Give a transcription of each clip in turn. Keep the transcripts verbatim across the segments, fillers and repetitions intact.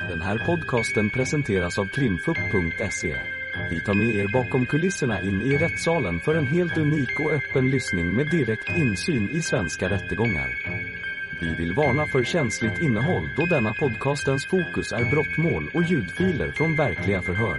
Den här podcasten presenteras av krimfupp punkt se. Vi tar med er bakom kulisserna in i rättssalen för en helt unik och öppen lyssning med direkt insyn i svenska rättegångar. Vi vill varna för känsligt innehåll då denna podcastens fokus är brottmål och ljudfiler från verkliga förhör.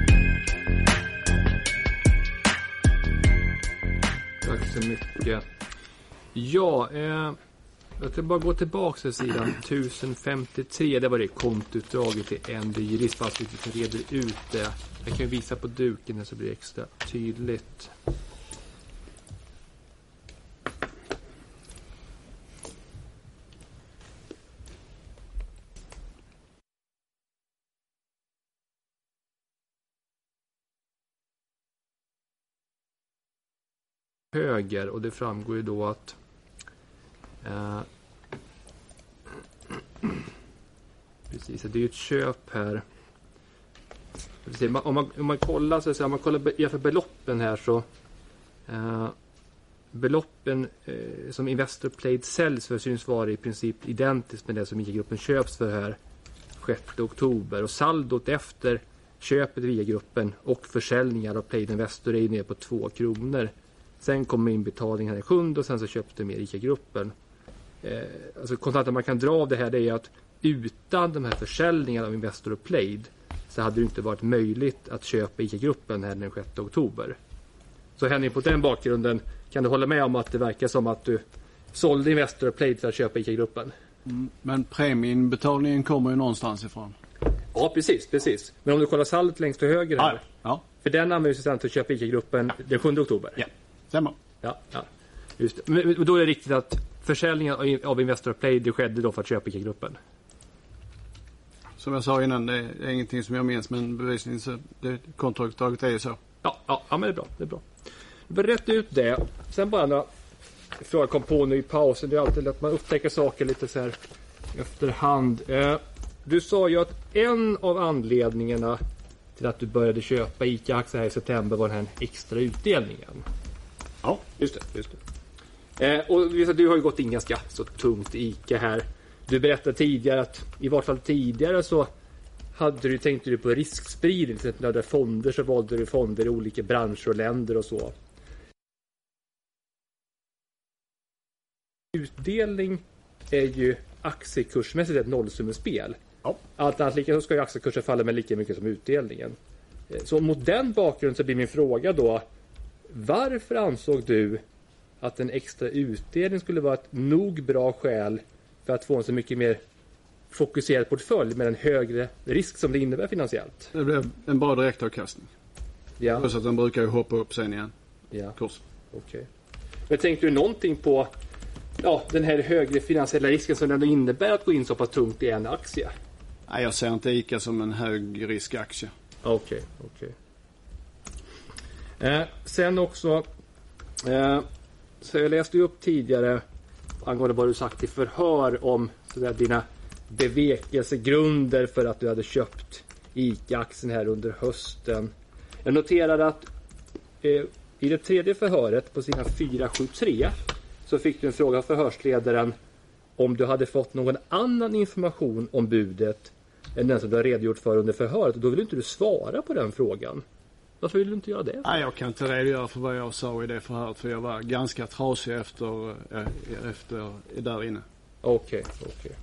Tack så mycket. Ja, eh, jag ska bara gå tillbaka till sidan tusen femtiotre. Det var det kontoutdraget till N D Juristfastighet som reder ut det. Jag kan ju visa på duken så blir det extra tydligt. Höger, och det framgår ju då att eh, precis, det är ju ett köp här. Precis, om, man, om man kollar så att säga, om man kollar för beloppen här så eh, beloppen eh, som Investor Played säljs för syns vara i princip identiskt med det som I C A-gruppen köps för här sjätte oktober, och saldot efter köpet via gruppen och försäljningar av Played Investor är ner på två kronor. Sen kommer inbetalningen den sjunde och sen så köpte mer I C A-gruppen. Eh, alltså kontanten man kan dra av det här det är att utan de här försäljningarna av Investor och Played så hade det inte varit möjligt att köpa I C A-gruppen här den sjätte oktober. Så Henning, på den bakgrunden kan du hålla med om att det verkar som att du sålde Investor och Played för att köpa I C A-gruppen? Mm, men premieinbetalningen kommer ju någonstans ifrån. Ja, precis, precis. Men om du kollar saldot längst till höger här. Ja, ja. För den används sedan till att köpa I C A-gruppen den sjunde oktober. Ja. Stämmer. Ja, ja. Just det. Men då är det riktigt att försäljningen av Investor Play det skedde då för att köpa I C A-gruppen. Som jag sa innan, det är ingenting som jag minns, men bevisningen så det kontraktaget är ju så. Ja, ja, ja, men det är bra, det är bra. Vi börjar rätt ut det. Sen bara några frågor kom på nu i pausen. Det är alltid att man upptäcker saker lite så här efterhand. Eh, du sa ju att en av anledningarna till att du började köpa I C A-aktier här i september var den här extra utdelningen. Ja, just det. Just det. Eh, och du har ju gått in ganska så tungt i I C A här. Du berättade tidigare att i vart fall tidigare så hade du tänkt du på riskspridning. Till exempel när du hade fonder så valde du fonder i olika branscher och länder och så. Utdelning är ju aktiekursmässigt ett nollsummespel. Ja. Allt annat lika så ska ju aktiekursen falla med lika mycket som utdelningen. Så mot den bakgrunden så blir min fråga då: varför ansåg du att en extra utdelning skulle vara ett nog bra skäl för att få en så mycket mer fokuserad portfölj med en högre risk som det innebär finansiellt? Det blev en bra direktavkastning. Ja. Plus att den brukar ju hoppa upp sen igen. Ja. Kurs. Okej. Okay. Men tänkte du någonting på ja, den här högre finansiella risken som det innebär att gå in så pass tungt i en aktie? Nej, jag ser inte I C A som en hög riskaktie. Okej, okay, okej. Okay. Eh, sen också eh, så jag läste ju upp tidigare angående vad du sagt i förhör om så där, dina bevekelsegrunder för att du hade köpt I C A-aktien här under hösten. Jag noterade att eh, i det tredje förhöret på sidan fyra sju tre så fick du en fråga av förhörsledaren om du hade fått någon annan information om budet än den som du har redogjort för under förhöret. Och då vill inte du svara på den frågan. Varför vill du inte göra det? Nej, jag kan inte redogöra för vad jag sa i det förhöret, för jag var ganska trasig efter, äh, efter där inne. Okej, okay, okej. Okay.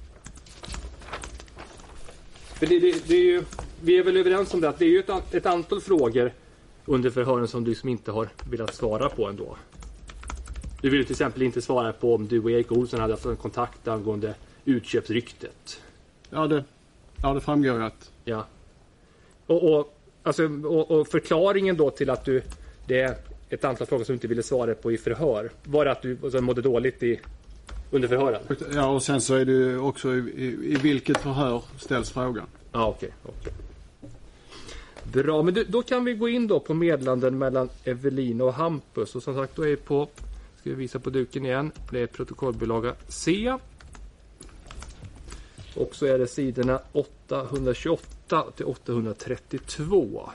För det, det, det är ju, vi är väl överens om det att det är ju ett, ett antal frågor under förhören som du som inte har velat svara på ändå. Du vill till exempel inte svara på om du och Erik Olsson hade haft en kontakt angående utköpsryktet. Ja, det, ja, det framgår ju att... Ja. Och, och, alltså, och, och förklaringen då till att du... Det är ett antal frågor som du inte ville svara på i förhör. Var det att du alltså, mådde dåligt i, under förhören? Ja, och sen så är det ju också i, i, i vilket förhör ställs frågan. Ja, okej. Okay, okay. Bra, men du, då kan vi gå in då på meddelanden mellan Evelina och Hampus. Och som sagt, då är vi på... Ska vi visa på duken igen. Det är protokollbilaga C. Och så är det sidorna åttahundratjugoåtta till åttahundratrettiotvå.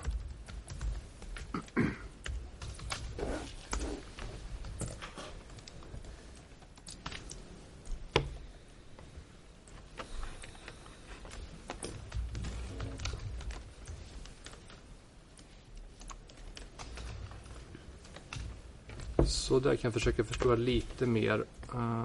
Så där kan jag försöka förstå lite mer. Uh,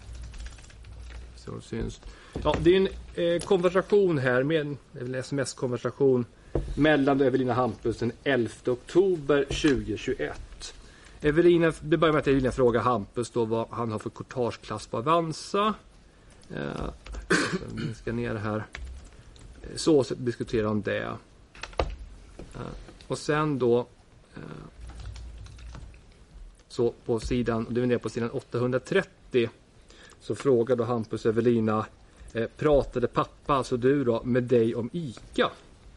så syns. Ja, det är en eh, konversation här med en sms-konversation mellan Evelina och Hampus den elfte oktober tjugohundratjugoett. Evelina, det börjar med att Evelina frågar Hampus då vad han har för courtageklass på Avanza. Eh, jag ska ner här. Så diskuterar han det. Eh, och sen då eh, så på sidan, du är ner på sidan åttahundratrettio, så frågar då Hampus Evelina, eh, pratade pappa, alltså du då, med dig om ICA?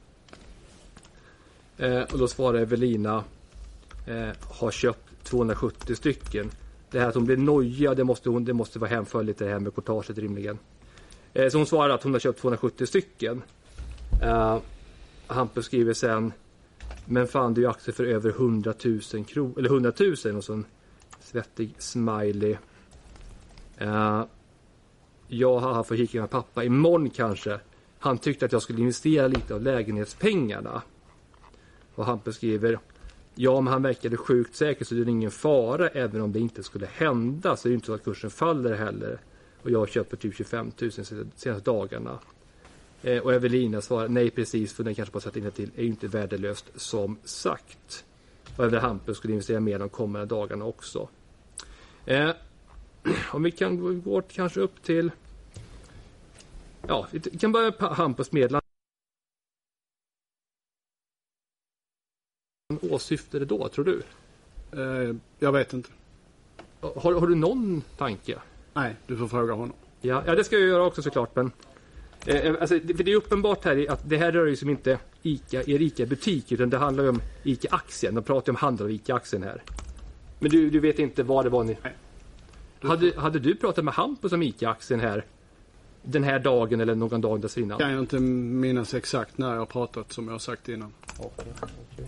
Eh, och då svarar Evelina, eh, har köpt tvåhundrasjuttio stycken. Det här att hon blir noja, det måste, hon, det måste vara hemfölligt det här med courtaget rimligen. Eh, så hon svarar att hon har köpt tvåhundrasjuttio stycken. Eh, Hampus skriver sen, men fan det är ju aktier för över hundratusen kronor, eller hundratusen, och så en svettig smiley. Uh, jag har haft för kika med pappa imorgon kanske. Han tyckte att jag skulle investera lite av lägenhetspengarna. Och Hampus skriver, ja men han verkade sjukt säker så det är ingen fara även om det inte skulle hända, så det är inte så att kursen faller heller. Och jag köper typ tjugofem tusen senaste dagarna. Eh, och Evelina svarar, nej precis, för den kanske bara satt in till, är ju inte värdelöst som sagt. Och även Hampus skulle investera mer de kommande dagarna också. Eh, om vi kan gå, gå kanske upp till, ja, vi kan börja på Hampus meddelande. Vad åsyftade då, tror du? Eh, jag vet inte. Har, har du någon tanke? Nej, du får fråga honom. Ja, ja det ska jag göra också såklart, men eh, alltså, det, för det är uppenbart här att det här rör ju som inte ICA, er ICA-butik, utan det handlar ju om ICA-aktien. De pratar ju om handel av ICA-aktien här. Men du, du vet inte vad det var ni... Nej. Hade, hade du pratat med Hampus om ICA-aktien här den här dagen eller någon dag dessförinnan? Kan jag inte minnas exakt när jag har pratat, som jag har sagt innan. Okay, okay.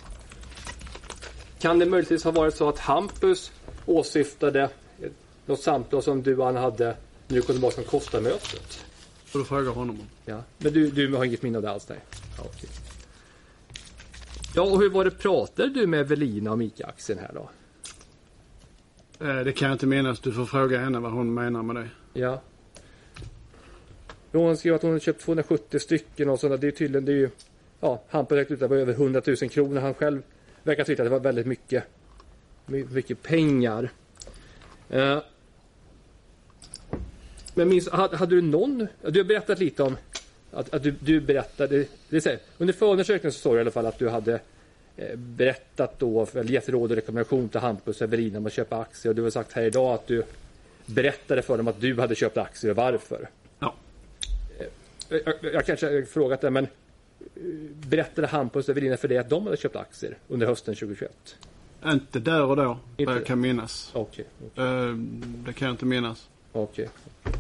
Kan det möjligtvis ha varit så att Hampus åsyftade något samtal som du och han hade nu kom tillbaka från Costa-mötet? Får du fråga honom om. Ja, men du, du har inget minne av det alls, nej. Ja, okay. Ja, och hur var det, pratade du med Evelina om ICA-aktien här då? Det kan jag inte minnas. Du får fråga henne vad hon menar med det. Ja. Hon skrev att hon hade köpt tvåhundrasjuttio stycken och sådana. Det är tydligen, det är ju, ja, Hampus räknade ut att det var över hundratusen kronor. Han själv verkar tycka att det var väldigt mycket, mycket pengar. Uh, men minns, hade, hade du någon, du har berättat lite om att, att du, du berättade, det är så här, under förundersökningen så står det i alla fall att du hade berättat då, eller gett råd och rekommendation till Hampus och Evelina om att köpa aktier, och du har sagt här idag att du berättade för dem att du hade köpt aktier och varför. Ja. Jag, jag kanske har frågat det, men berättade Hampus och Evelina för dig att de hade köpt aktier under hösten tjugohundratjugoett? Inte där och då, inte vad jag kan minnas. Okej. Okay, okay. Det kan jag inte minnas. Okej. Okay.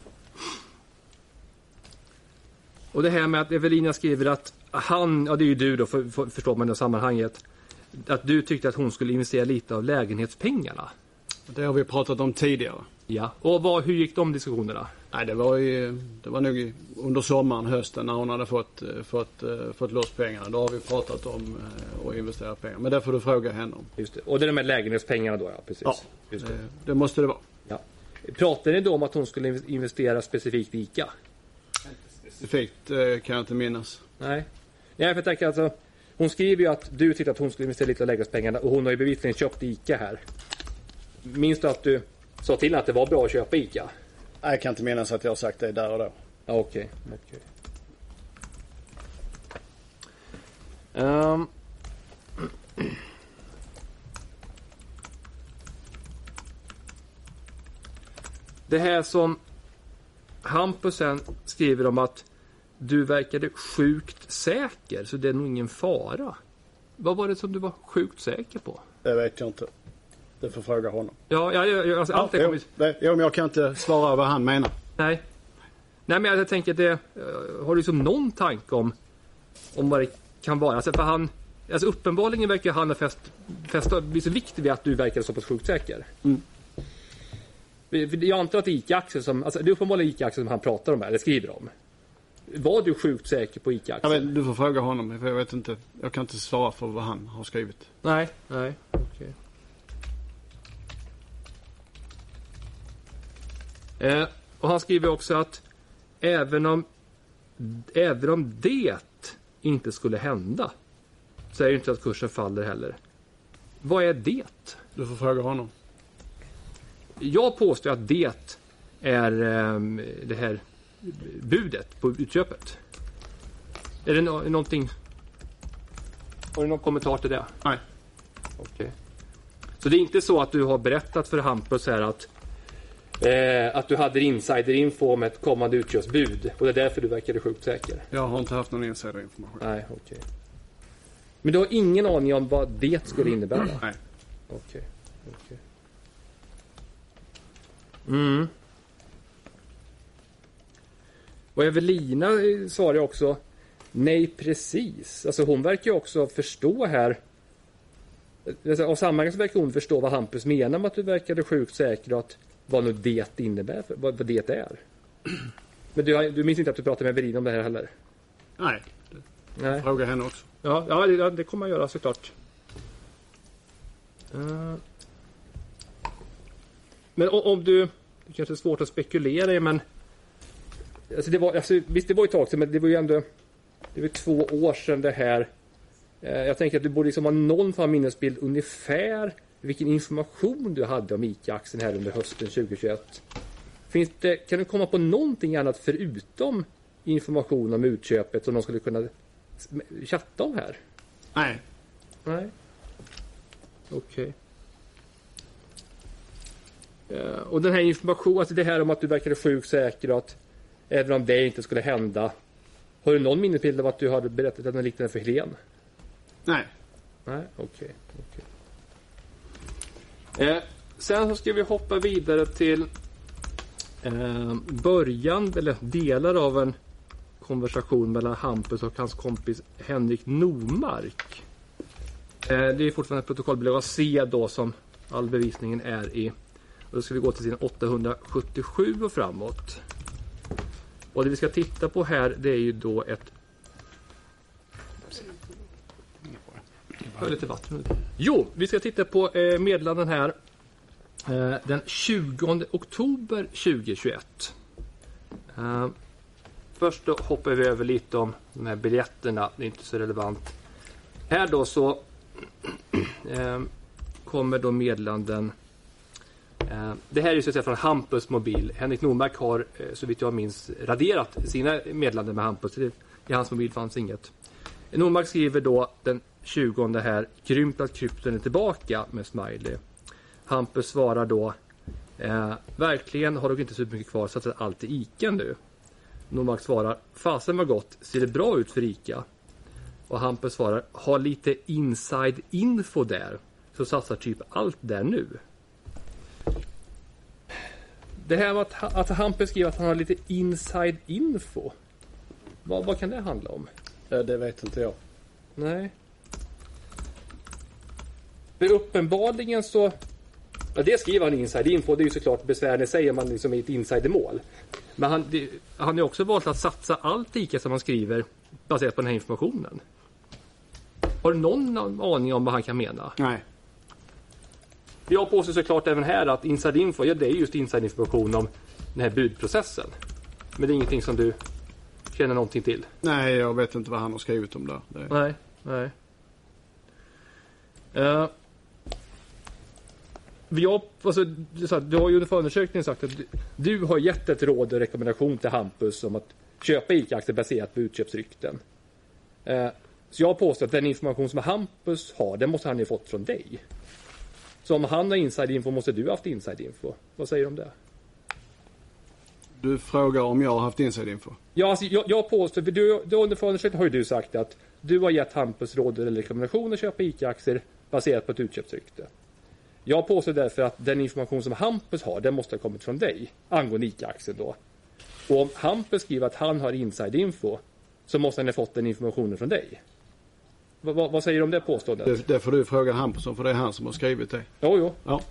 Och det här med att Evelina skriver att han, ja det är ju du då, för, för, förstår man i sammanhanget, att du tyckte att hon skulle investera lite av lägenhetspengarna. Det har vi pratat om tidigare. Ja, och vad, hur gick de diskussionerna? Nej, det var, i, det var nog i, under sommaren, hösten, när hon hade fått, fått, fått loss pengarna. Då har vi pratat om att investera pengar. Men det får du fråga henne om. Just det. Och det är de här lägenhetspengarna då, ja, precis. Ja, just det. det måste det vara. Ja. Pratade ni då om att hon skulle investera specifikt i ICA? Specifikt kan jag inte minnas. Nej. Ja, för jag tänker alltså, hon skriver ju att du tyckte att hon skulle investera lite av lägenhetspengarna, och hon har ju bevisligen köpt ICA här. Minns du att du sa till att det var bra att köpa ICA? Nej, jag kan inte minnas att jag har sagt det där och då. Ja, okej. Okay. Okay. Um. Det här som Hampus sen skriver om att du verkade sjukt säker, så det är nog ingen fara. Vad var det som du var sjukt säker på? Det vet jag inte. Du får fråga honom. Ja, ja, ja alltså, allt ja, det kommer... jo, jo, men jag kan inte svara vad han menar. Nej. Nej, men jag tänker att det, uh, har du liksom någon tanke om om vad det kan vara? Alltså, för han, alltså uppenbarligen verkar han ha fäst, fäst bli så viktig vid att du verkar så pass sjukt säker. Mm. Jag antar att ICA-aktier som, alltså det är uppenbarligen ICA-aktier som han pratar om här, eller skriver om. Var du sjukt säker på ICA-aktier? Jag vet, du får fråga honom, för jag vet inte. Jag kan inte svara för vad han har skrivit. Nej, nej. Okej. Eh, och han skriver också att även om, även om det inte skulle hända så är det inte att kursen faller heller. Vad är det? Du får fråga honom. Jag påstår att det är eh, det här budet på utköpet. Är det no- någonting? Har du någon kommentar till det? Nej. Okej. Okay. Så det är inte så att du har berättat för Hampus här att eh, att du hade insiderinfo om ett kommande utköpsbud och det är därför du verkade sjukt säker? Jag har inte haft någon insiderinformation. Nej, okej. Okay. Men du har ingen aning om vad det skulle innebära? Nej. Okej. Okay. Okay. Mm. Och Evelina svarar också nej, precis. Alltså hon verkar ju också förstå här. Av sammanhanget så verkar hon förstå vad Hampus menar med att du verkade sjukt säker och att vad nu det innebär, vad, vad det är. Men du, du minns inte att du pratade med Evelina om det här heller? Nej. Nej. Fråga henne också. Ja, ja det, det kommer man göra såklart. Uh. Men om, om du, det kanske är svårt att spekulera i, men alltså det var, alltså, visst det var ett tag sedan, men det var ju ändå det var två år sedan det här. Uh, jag tänker att du borde liksom ha någon form av minnesbild ungefär vilken information du hade om ICA-aktien här under hösten tjugohundratjugoett. Finns det, kan du komma på någonting annat förutom information om utköpet som de skulle kunna chatta om här? Nej. Nej. Okej. Okay. Uh, och den här informationen, alltså det här om att du verkade sjukt säker och att även om det inte skulle hända. Har du någon minnesbild av att du hade berättat att den liknande för Helen? Nej. Nej, okej. Okay. Okay. Uh, sen så ska vi hoppa vidare till uh, början eller delar av en konversation mellan Hampus och hans kompis Henrik Normark. Det är fortfarande protokollbilaga C då som all bevisningen är i. Och då ska vi gå till sidan åttahundrasjuttiosju och framåt. Och det vi ska titta på här, det är ju då ett... Jag har lite vatten. Jo, vi ska titta på eh, meddelanden här. Eh, den tjugonde oktober tjugohundratjugoett. Eh, först då hoppar vi över lite om de här biljetterna. Det är inte så relevant. Här då så eh, kommer då meddelanden. Eh, det här är ju så att säga från Hampus mobil. Henrik Normark har eh, så vitt jag minns raderat sina meddelanden med Hampus. Det, I hans mobil fanns inget. Normark skriver då den tjugonde här. Grymt att krypton är tillbaka med smiley. Hampus svarar då. Eh, verkligen har dock inte så mycket kvar så att allt är ICA nu. Normark svarar. Fasen var gott. Ser det bra ut för ICA? Och Hampus svarar, har lite inside info där. Så satsar typ allt där nu. Det här var att, att Hampus skriver att han har lite inside info. Vad, vad kan det handla om? Ja, det vet inte jag. Nej. För uppenbarligen så... Ja, det skriver han inside info. Det är ju såklart besvärande säger man liksom i ett insidermål. Men han, det, han har också valt att satsa allt ICA som han skriver baserat på den här informationen. Har du någon aning om vad han kan mena? Nej. Jag påstår såklart även här att inside info, ja det är just inside information om den här budprocessen. Men det är ingenting som du känner någonting till? Nej, jag vet inte vad han har skrivit om det. det. Nej, nej. Uh, jag, alltså, du har ju under förundersökningen sagt att du, du har gett ett råd och rekommendation till Hampus om att köpa ICA-aktier baserat på utköpsrykten. Uh, så jag påstår att den information som Hampus har, den måste han ju fått från dig. Så om han har inside-info måste du ha haft inside-info. Vad säger du om det? Du frågar om jag har haft inside-info? Ja, alltså, jag, jag påstår, för du, du under förundersökningen har ju du sagt att du har gett Hampus råd eller rekommendation att köpa ICA-aktier baserat på ett utköpsrykte. Jag påstår därför att den information som Hampus har, den måste ha kommit från dig angående ICA-aktien då. Och om Hampus skriver att han har inside-info så måste han ha fått den informationen från dig. V- v- vad säger du om det påståendet? Det, det får du fråga Hampus om, för det är han som har skrivit det. Jo, jo. Ja.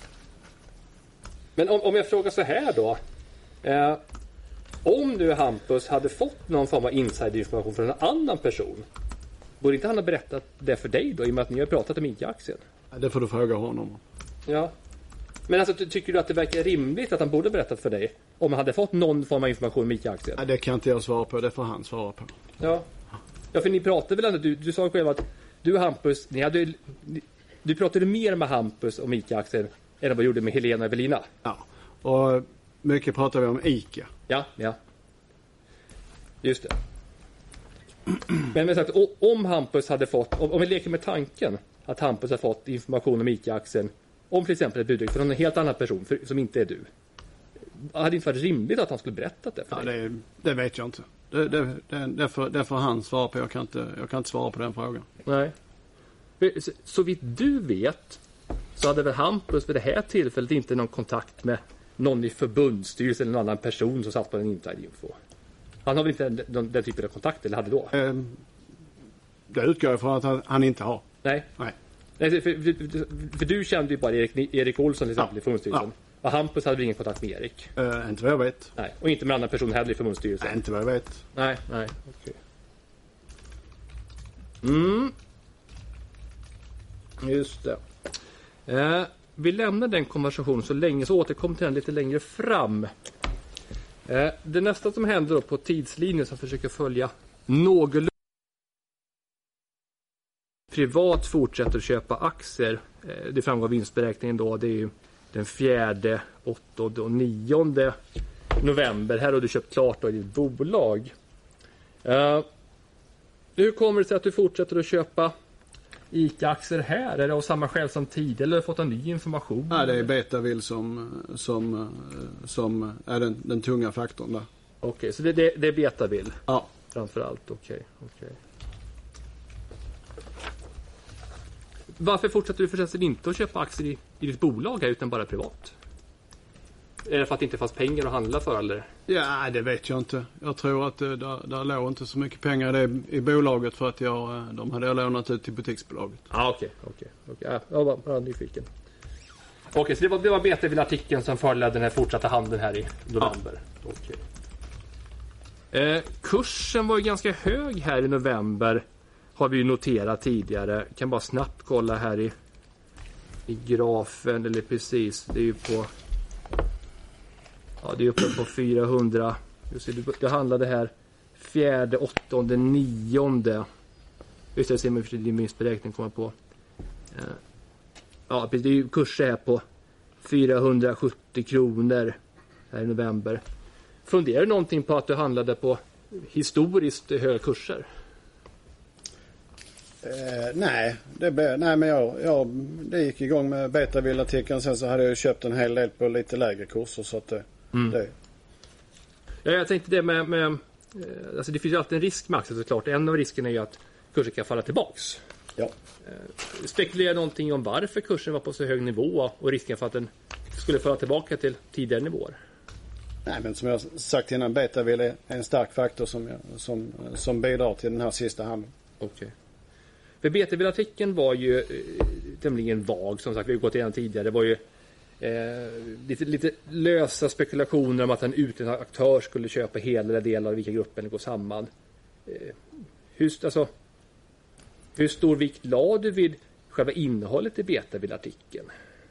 Men om, om jag frågar så här då. Eh, om nu Hampus hade fått någon form av inside-information från en annan person, borde inte han ha berättat det för dig då, i och med att ni har pratat om ICA-aktien? Det får du fråga honom om. Ja. Men alltså, tycker du att det verkar rimligt att han borde berättat för dig om han hade fått någon form av information om ICA-aktien? Nej, det kan inte jag svara på. Det får han svara på. Ja, ja för ni pratade väl ändå, du, du sa själv att du och Hampus, ni hade, ni, du pratade mer med Hampus om ICA-aktien än vad du gjorde med Helena och Evelina. Ja, och mycket pratar vi om ICA. Ja, ja. Just det. Men med sagt, om Hampus hade fått, om vi leker med tanken att Hampus har fått information om ICA-aktien om till exempel ett budskap från en helt annan person för, som inte är du. Hade det inte varit rimligt att han skulle berättat det för ja, dig? Det, det vet jag inte. Det, det, det, det, får, det får han svara på. Jag kan, inte, jag kan inte svara på den frågan. Nej. Så, så vitt du vet så hade väl Hampus vid det här tillfället inte någon kontakt med någon i förbundsstyrelsen eller någon annan person som satt på den inside-info. Han har väl inte den, den, den typen av kontakt, eller hade då? Eh, det utgår jag från att han, han inte har. Nej. Nej. Nej för, för, för, för du kände ju bara Erik, Erik Olsson till exempel ja. i förbundsstyrelsen. Ja. Och Hampus hade ingen kontakt med Erik? Eh, inte vad jag vet. Nej. Och inte med en annan person heller i förbundsstyrelsen? Nej, inte vad jag vet. Nej, nej. Okej. Mm. Just det. Eh, vi lämnar den konversationen så länge, så återkommer till den lite längre fram. Eh, det nästa som händer då på tidslinjen som försöker följa någorlunda privat fortsätter att köpa aktier. Eh, det framgår av vinstberäkningen då. Det är ju den fjärde, åttonde och nionde november. Här har du köpt klart då i ditt bolag. Eh, hur kommer det sig att du fortsätter att köpa ICA-aktier här? Är det av samma skäl som tidigare eller har du fått en ny information? Ja, det är Betavill som, som, som är den, den tunga faktorn där. Okej, okay, så det, det, det är Betavill? Ja. Framförallt, okej. Okay, okay. Varför fortsätter du förresten inte att köpa aktier i, i ditt bolag här utan bara privat? Är det för att det inte fanns pengar att handla för eller? Ja, det vet jag inte. Jag tror att det, där, där låg inte så mycket pengar i, det, i bolaget för att jag, de hade jag lånat ut till butiksbolaget. Ah, okej, okej, okej. Jag var bara nyfiken. Okej, okay, så det var, det var Betavill-artikeln som följde den här fortsatta handeln här i november. Ja. Okej. Eh, kursen var ju ganska hög här i november. Har vi ju noterat tidigare. Kan bara snabbt kolla här i, i grafen. Eller precis, det är ju på... Ja, det är uppe på fyrahundra. Just det, det handlade här fjärde, åttonde, nionde. Just det, ser man för din minstberäkning kommer på. Ja, det är ju kurser här på fyrahundrasjuttio kronor här i november. Funderar du någonting på att du handlade på historiskt höga kurser? Eh, nej, det, nej, men jag, jag det gick igång med Betavill-artikeln. Sen så hade jag köpt en hel del på lite lägre kurser. Så att det, mm. det. Ja, jag tänkte det med, med alltså det finns ju alltid en risk med aktier såklart. En av riskerna är ju att kursen kan falla tillbaks. Ja. Eh, spekulerar någonting om varför kursen var på så hög nivå och risken för att den skulle falla tillbaka till tidigare nivåer? Nej, men som jag sagt innan, Betavill är en stark faktor som, jag, som, som bidrar till den här sista handeln. Okej. Okay. För Betavill-artikeln var ju eh, tämligen vag, som sagt, vi har gått igenom tidigare. Det var ju eh, lite, lite lösa spekulationer om att en utländsk aktör skulle köpa hela eller delar av vilka gruppen eller gå samman. Eh, hur, alltså, hur stor vikt la du vid själva innehållet i Betavill-artikeln?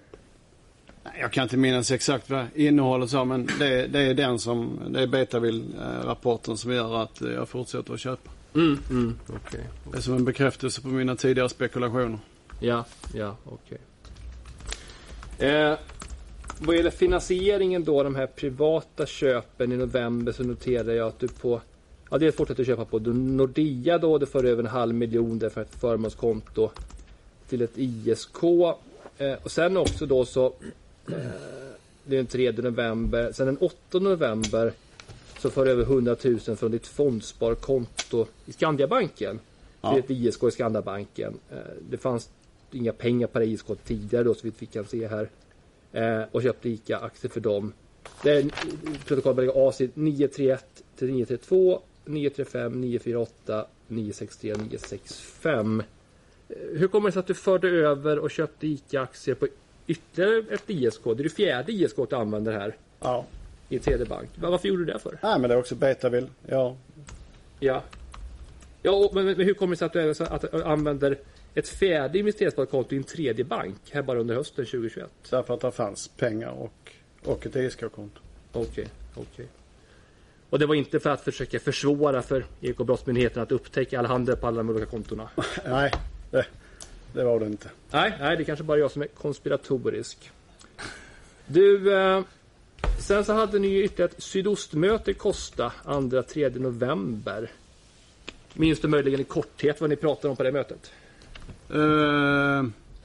Jag kan inte minnas exakt vad innehållet sa, men det, det är den som, det är Betavill-rapporten som gör att jag fortsätter att köpa. Mm, mm, okay. Det är som en bekräftelse på mina tidigare spekulationer. Ja, ja, okej. Okay. Eh, vad gäller finansieringen då, de här privata köpen i november, så noterade jag att du på, ja, det fortsätter att köpa på Nordea då, det för över en halv miljon där för ett förmånskonto till ett I S K. Eh, och sen också då så, eh, det är den tredje november, sen den åttonde november så för över hundratusen från ditt fondsparkonto i Skandiabanken. Ja. Det är ett I S K i Skandiabanken. Det fanns inga pengar på det I S K tidigare då, så vi kan se här. Och köpte ICA-aktier för dem. Det är protokollbelägg A C nio tre ett till nio tre två, nio tre fem, nio fyra åtta, nio sex tre, nio sex fem. Hur kommer det sig att du förde över och köpte ICA-aktier på ytterligare ett I S K? Det är det fjärde I S K du använder här. Ja. I en tredje bank. Varför gjorde du det för? Nej, men det är också Betavill. Ja. Ja. Ja, men, men hur kommer det sig att du, att du använder ett färdigt investeringspart konto i en tredje bank här bara under hösten tjugohundratjugoett. Därför att det fanns pengar och, och ett I S K-konto. Okej, okay, okej. Okay. Och det var inte för att försöka försvåra för Ekobrottsmyndigheten att upptäcka alla handel på alla de olika kontona? Nej, det, det var det inte. Nej, nej, det är kanske bara jag som är konspiratorisk. Du, eh, sen så hade ni ju ytterligare ett sydostmöte i Kosta andra tredje november. Minns du möjligen i korthet vad ni pratade om på det mötet? Uh,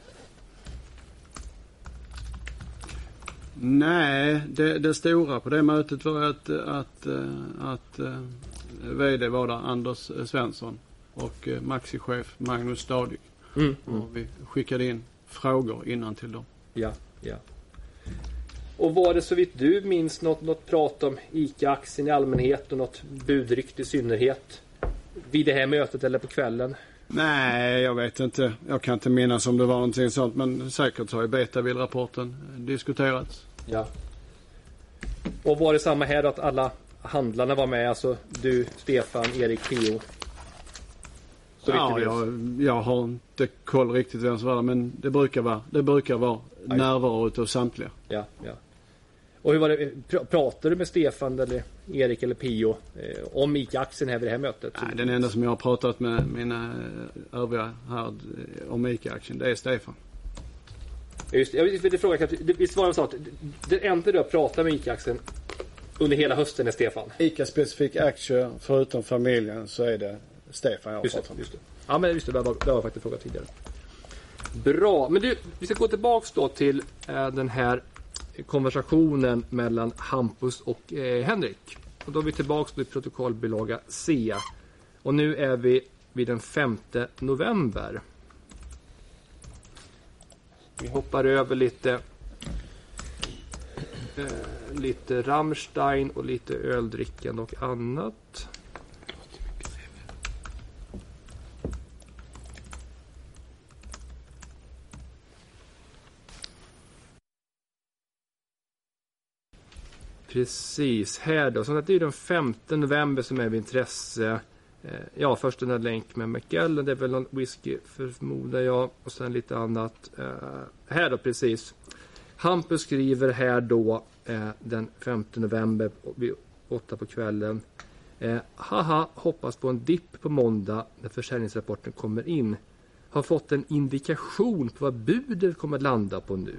nej, det, det stora på det mötet var att, att, att, att vd var där Anders Svensson och maxichef Magnus Stadig. Mm, mm. Och vi skickade in frågor innan till dem. Ja, ja. Och var det så vitt du minns något, något prat om ICA-aktien i allmänhet och något budrykt i synnerhet vid det här mötet eller på kvällen? Nej, jag vet inte. Jag kan inte minnas om det var någonting sånt, men säkert har ju Betavill-rapporten diskuterats. Ja. Och var det samma här att alla handlarna var med, alltså du, Stefan, Erik, Theo? Så ja, jag, jag har inte koll riktigt vem som var där, men det brukar vara, det brukar vara närvaro utav samtliga. Ja, ja. Och hur var det, pr- pratade du med Stefan eller Erik eller Pio eh, om ICA-aktien här vid det här mötet? Nej, den enda som jag har pratat med mina övriga här om ICA-aktien, det är Stefan. Just det, jag vill fråga, visst var det så att det enda du har pratat med ICA-aktien under hela hösten är Stefan? ICA-specifik aktier, förutom familjen, så är det Stefan jag just pratat det, just det. Ja, men just det, det var, det var faktiskt frågat tidigare. Bra, men du, vi ska gå tillbaks då till eh, den här konversationen mellan Hampus och eh, Henrik. Och då är vi tillbaks i protokollbilaga C. Och nu är vi vid den femte november. Vi hoppar över lite eh, lite Rammstein och lite öldrickande och annat. Precis, här då. Så det är den femte november som är av intresse. Ja, först den här länk med McGallen. Det är väl någon whisky förmodar jag. Och sen lite annat. Här då, precis. Hampus skriver här då den femte november vid åtta på kvällen. Haha, hoppas på en dipp på måndag när försäljningsrapporten kommer in. Har fått en indikation på vad budet kommer att landa på nu.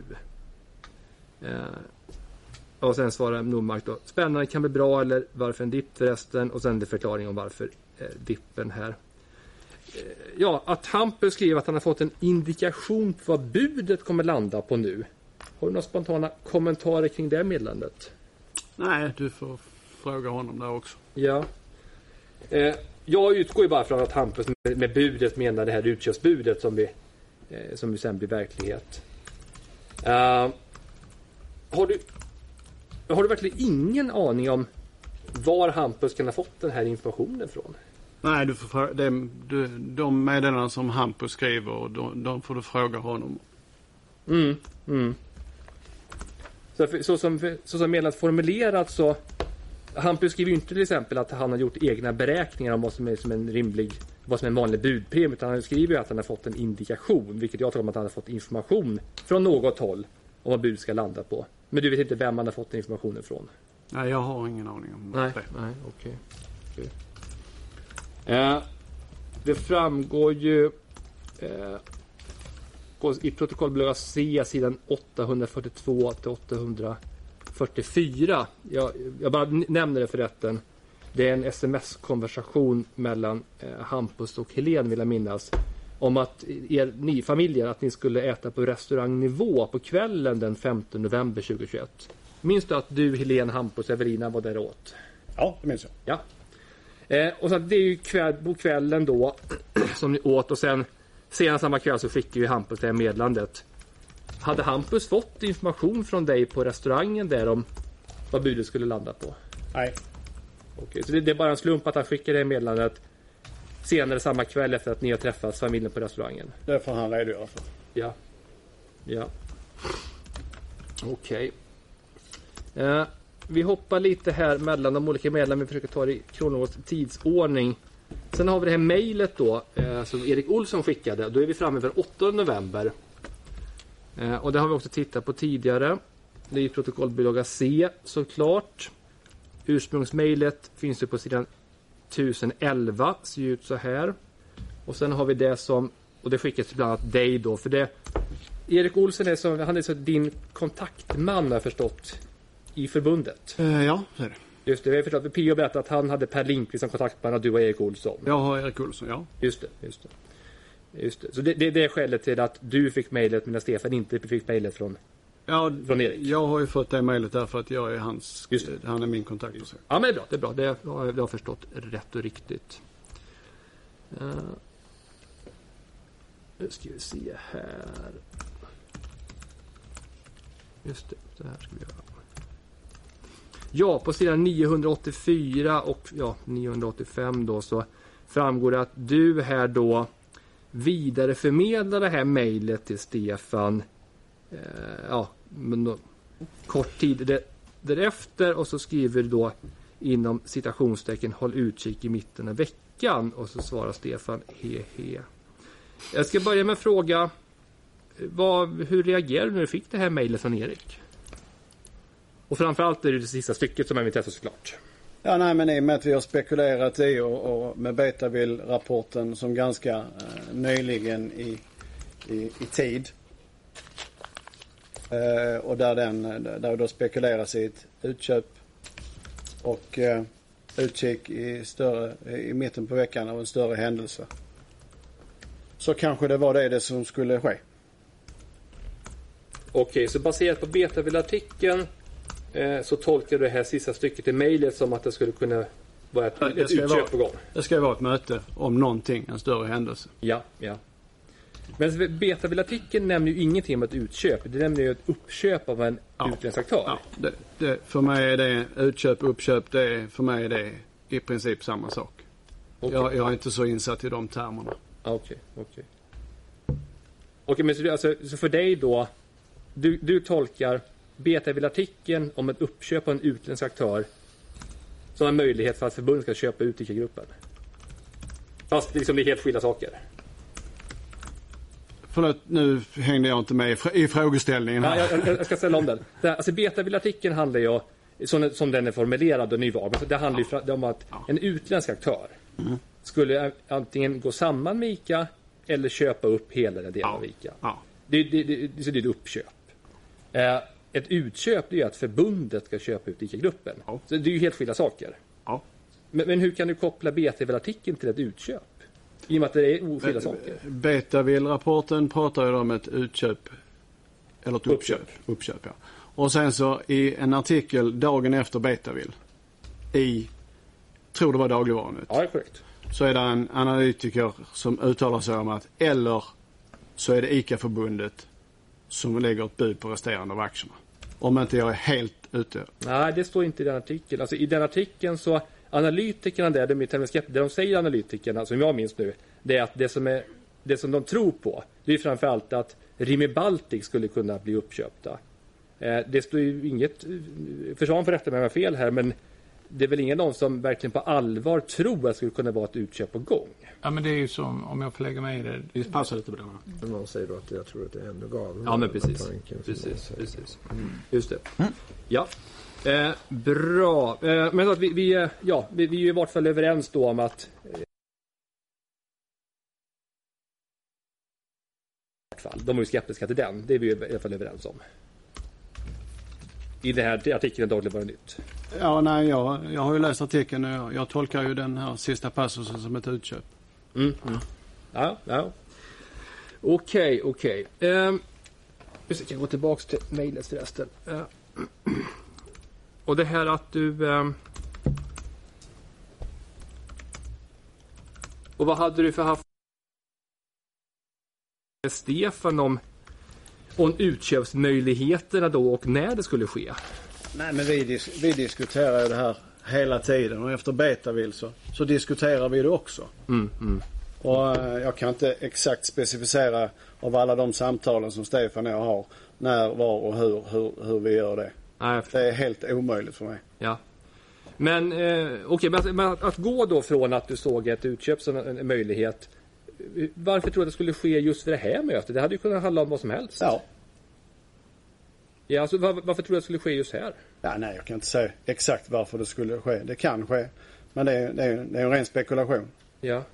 Och sen svarar Nordmark då, spännande, kan bli bra eller varför en dipp förresten, och sen det förklaring om varför eh, dippen här. Eh, ja, att Hampus skriver att han har fått en indikation på vad budet kommer landa på nu. Har du några spontana kommentarer kring det meddelandet? Nej, du får fråga honom där också. Ja. Eh, jag utgår ju bara från att Hampus med, med budet menar det här utköpsbudet som vi, eh, som vi sen blir verklighet. Uh, har du Har du verkligen ingen aning om var Hampus kan ha fått den här informationen från? Nej, du får fråga, det, du, de meddelanden som Hampus skriver, de, de får du fråga honom. Mm, mm. Så, så som, så som meddelandet formulerat så Hampus skriver ju inte till exempel att han har gjort egna beräkningar om vad som är som en rimlig, vad som är en vanlig budpremie, utan han skriver ju att han har fått en indikation, vilket jag tror om att han har fått information från något håll om vad bud ska landa på. Men du vet inte vem man har fått informationen från? Nej, jag har ingen aning om nej, det. Nej, okej. Okay. Okay. Eh, det framgår ju eh, i protokollbilaga C sidan åttahundrafyrtiotvå till åttahundrafyrtiofyra. Jag, jag bara nämner det för rätten. Det är en sms-konversation mellan eh, Hampus och Helene, vill jag minnas, om att er ni familjer att ni skulle äta på restaurangnivå på kvällen den femte november tjugohundratjugoett. Minns du att du, Helene, Hampus och Evelina var där åt? Ja, det minns jag. Ja. Eh, och så det är ju kväll, på kvällen då som ni åt, och sen senare samma kväll så skickade ju Hampus det här meddelandet. Hade Hampus fått information från dig på restaurangen där om vad budet skulle landa på? Nej. Okej, så det, det är bara en slump att han skickade det här meddelandet senare samma kväll efter att ni har träffat familjen på restaurangen. Det får han redogöra för. Ja. Ja. Okej. Okay. Eh, vi hoppar lite här mellan de olika medlemmarna. Vi försöker ta det i kronologisk tidsordning. Sen har vi det här mejlet då eh, som Erik Olsson skickade. Då är vi framme över åttonde november. Eh, och det har vi också tittat på tidigare. Det är protokollbilaga C såklart. Ursprungsmejlet finns ju på sidan tusen elva. Ser ut så här. Och sen har vi det som, och det skickas bland annat dig då. För det, Erik Olsson är, som, han är så din kontaktman har jag förstått i förbundet. Uh, ja, det är det. Just det, vi har förstått. P O berättade att han hade Per Lindqvist som kontaktman och du var Erik Olsson. Jag har Erik Olsson, ja. Just det, just det. Just det. Så det, det, det är skälet till att du fick mejlet medan Stefan inte fick mejlet från, ja, från Erik. Jag har ju fått det mejlet därför att jag är hans, han är min kontakt. Och så. Ja, men det är bra, det är bra. Det har jag, jag har förstått rätt och riktigt. Uh, nu ska vi se här. Just det, så här ska vi göra. Ja, på sidan niohundraåttiofyra och ja, niohundraåttiofem då så framgår det att du här då vidareförmedlar det här mejlet till Stefan eh, ja, men då, kort tid det, därefter och så skriver du då inom citationstecken håll utkik i mitten av veckan och så svarar Stefan he he. Jag ska börja med att fråga vad, hur reagerar du när du fick det här mejlet från Erik? Och framförallt är det det sista stycket som är mitt intresse såklart. Ja, nej, men i och med att vi har spekulerat i och, och med Betavill-rapporten som ganska eh, nyligen i, i, i tid. Eh, och där den där då spekuleras i ett utköp och eh, utkik i, större, i mitten på veckan av en större händelse. Så kanske det var det, det som skulle ske. Okej, så baserat på Betavill-artikeln så tolkar du det här sista stycket i mejlet som att det skulle kunna vara ett, ett utköp på gång. Det ska ju vara ett möte om någonting, en större händelse. Ja, ja. Men Betavill-artikeln nämner ju ingenting om ett utköp. Det nämner ju ett uppköp av en ja. utländsk aktör. Ja, det, det, för mig är det utköp, uppköp, det är, för mig är det i princip samma sak. Okay. Jag, jag är inte så insatt i de termerna. Okej, okej. Okej, men så, alltså, så för dig då, du, du tolkar Betavill-artikeln om ett uppköp av en utländsk aktör som en möjlighet för att förbundet ska köpa ut I C A-gruppen. Fast liksom det är helt skilda saker. Förlåt, nu hängde jag inte med i, i frågeställningen här. Ja, jag, jag ska ställa om den. Alltså Betavill-artikeln handlar ju som, som den är formulerad och nyval. Det handlar ju om att en utländsk aktör mm. skulle antingen gå samman med I C A eller köpa upp hela den delen ja. av I C A. Ja. Det, det, det, det, så det är ett uppköp. Eh, ett utköp är ju att förbundet ska köpa ut I C A-gruppen. Ja. Så det är ju helt skilda saker. Ja. Men, men hur kan du koppla Betavill-artikeln till ett utköp? I och med att det är oskilda saker. Betavill-rapporten pratar ju om ett utköp eller ett uppköp. Uppköp, uppköp ja. Och sen så i en artikel dagen efter Betavill i, tror det var Dagligvarunytt. Ja, det är korrekt. Så är det en analytiker som uttalar sig om att eller så är det I C A-förbundet som lägger ett bud på resterande av aktierna. Om inte jag är helt ute. Nej, det står inte i den artikeln. Alltså i den artikeln så analytikerna där, de, det de säger analytikerna, som jag minns nu, det är att det som, är, det som de tror på, det är framförallt att Rimi Baltic skulle kunna bli uppköpta. Eh, det står ju inget, försvan för rätta med mig fel här, men det är väl ingen någon som verkligen på allvar tror att det skulle kunna vara ett utköp på gång. Ja, men det är ju som, om jag får lägga mig i det, det passar lite på det. Men någon säger då att jag tror att det är ännu galna. Ja, men precis. Precis, precis. Mm. Just det. Mm. Ja. Eh, bra. Eh, men att vi, vi, ja, vi, vi är i vart fall överens då om att eh, de är ju skeptiska till den. Det är vi i alla fall överens om. I den här artikeln Dagligvarunytt. Ja, nej, jag, jag har ju läst artikeln och jag, jag tolkar ju den här sista passusen som ett utköp. Mm, mm. Ja, ja. Okej, okej. Um, jag ska gå tillbaka till mejlet förresten. Uh, och det här att du... Um, och vad hade du för haft Stefan om, om utköpsmöjligheterna då och när det skulle ske? Nej, men vi, dis- vi diskuterar ju det här hela tiden och efter Betavill så, så diskuterar vi det också. Mm, mm. Och uh, jag kan inte exakt specificera av alla de samtalen som Stefan och jag har när, var och hur, hur, hur vi gör det. Nej, det är helt omöjligt för mig. Ja. Men eh, okej, okay, men att, att gå då från att du såg ett utköp som en, en möjlighet, varför tror du att det skulle ske just för det här mötet? Det hade ju kunnat handla om vad som helst. Ja. Ja, alltså, var, varför tror du att det skulle ske just här? Ja, nej, jag kan inte säga exakt varför det skulle ske. Det kan ske. Men det är, det är, det är en ren spekulation. Ja.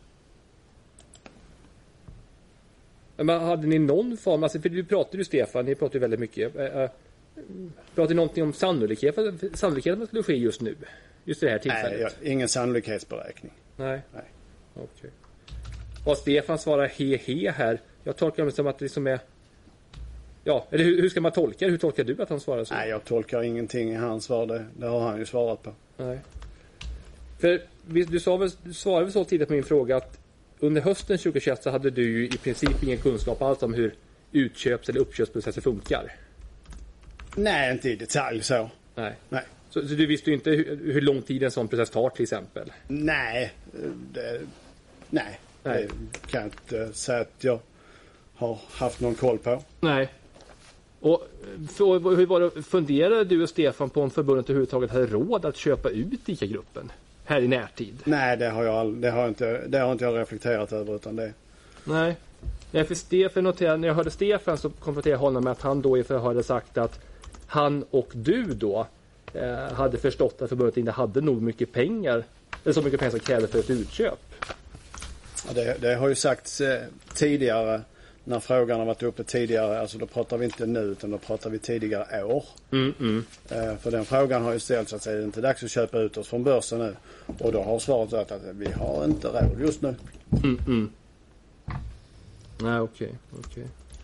Men hade ni någon form, alltså, för du pratade ju Stefan, ni pratade ju väldigt mycket. Äh, äh, pratade ni någonting om sannolikhet, sannolikhet att det skulle ske just nu? Just det här tillfället? Nej, jag, ingen sannolikhetsberäkning. Nej. Nej. Okej. Okay. Och Stefan svarar he he här. Jag tolkar det som att det liksom är... Ja, eller hur, hur ska man tolka det? Hur tolkar du att han svarar så? Nej, jag tolkar ingenting i hans svar. Det, det har han ju svarat på. Nej. För du, sa väl, du svarade väl så tidigt på min fråga att under hösten tjugohundratjugoett så hade du ju i princip ingen kunskap alls om hur utköps- eller uppköpsprocesser funkar. Nej, inte i detalj så. Nej. Nej. Så, så du visste ju inte hur, hur lång tid en sån process tar till exempel? Nej, det, nej. nej. Det kan jag inte säga att jag har haft någon koll på. Nej. Och för, hur var det, funderade du och Stefan på om förbundet överhuvudtaget hade råd att köpa ut ICA-gruppen här i närtid? Nej, det har jag, det har inte, det har inte jag reflekterat över utan det. Nej. Nej, för Stefan noterade, när jag hörde Stefan så konfronterade jag honom med att han då i förhör hade sagt att han och du då eh, hade förstått att förbundet inte hade nog mycket pengar, eller så mycket pengar som krävdes för ett utköp. Ja, det, det har ju sagts eh, tidigare när frågan har varit uppe tidigare, alltså då pratar vi inte nu utan då pratar vi tidigare år. Mm, mm. Eh, för den frågan har ju ställts att det är inte dags att köpa ut oss från börsen nu. Och då har svaret varit att vi har inte råd just nu. Mm, mm. Nej, okej, okay, okej. Okay.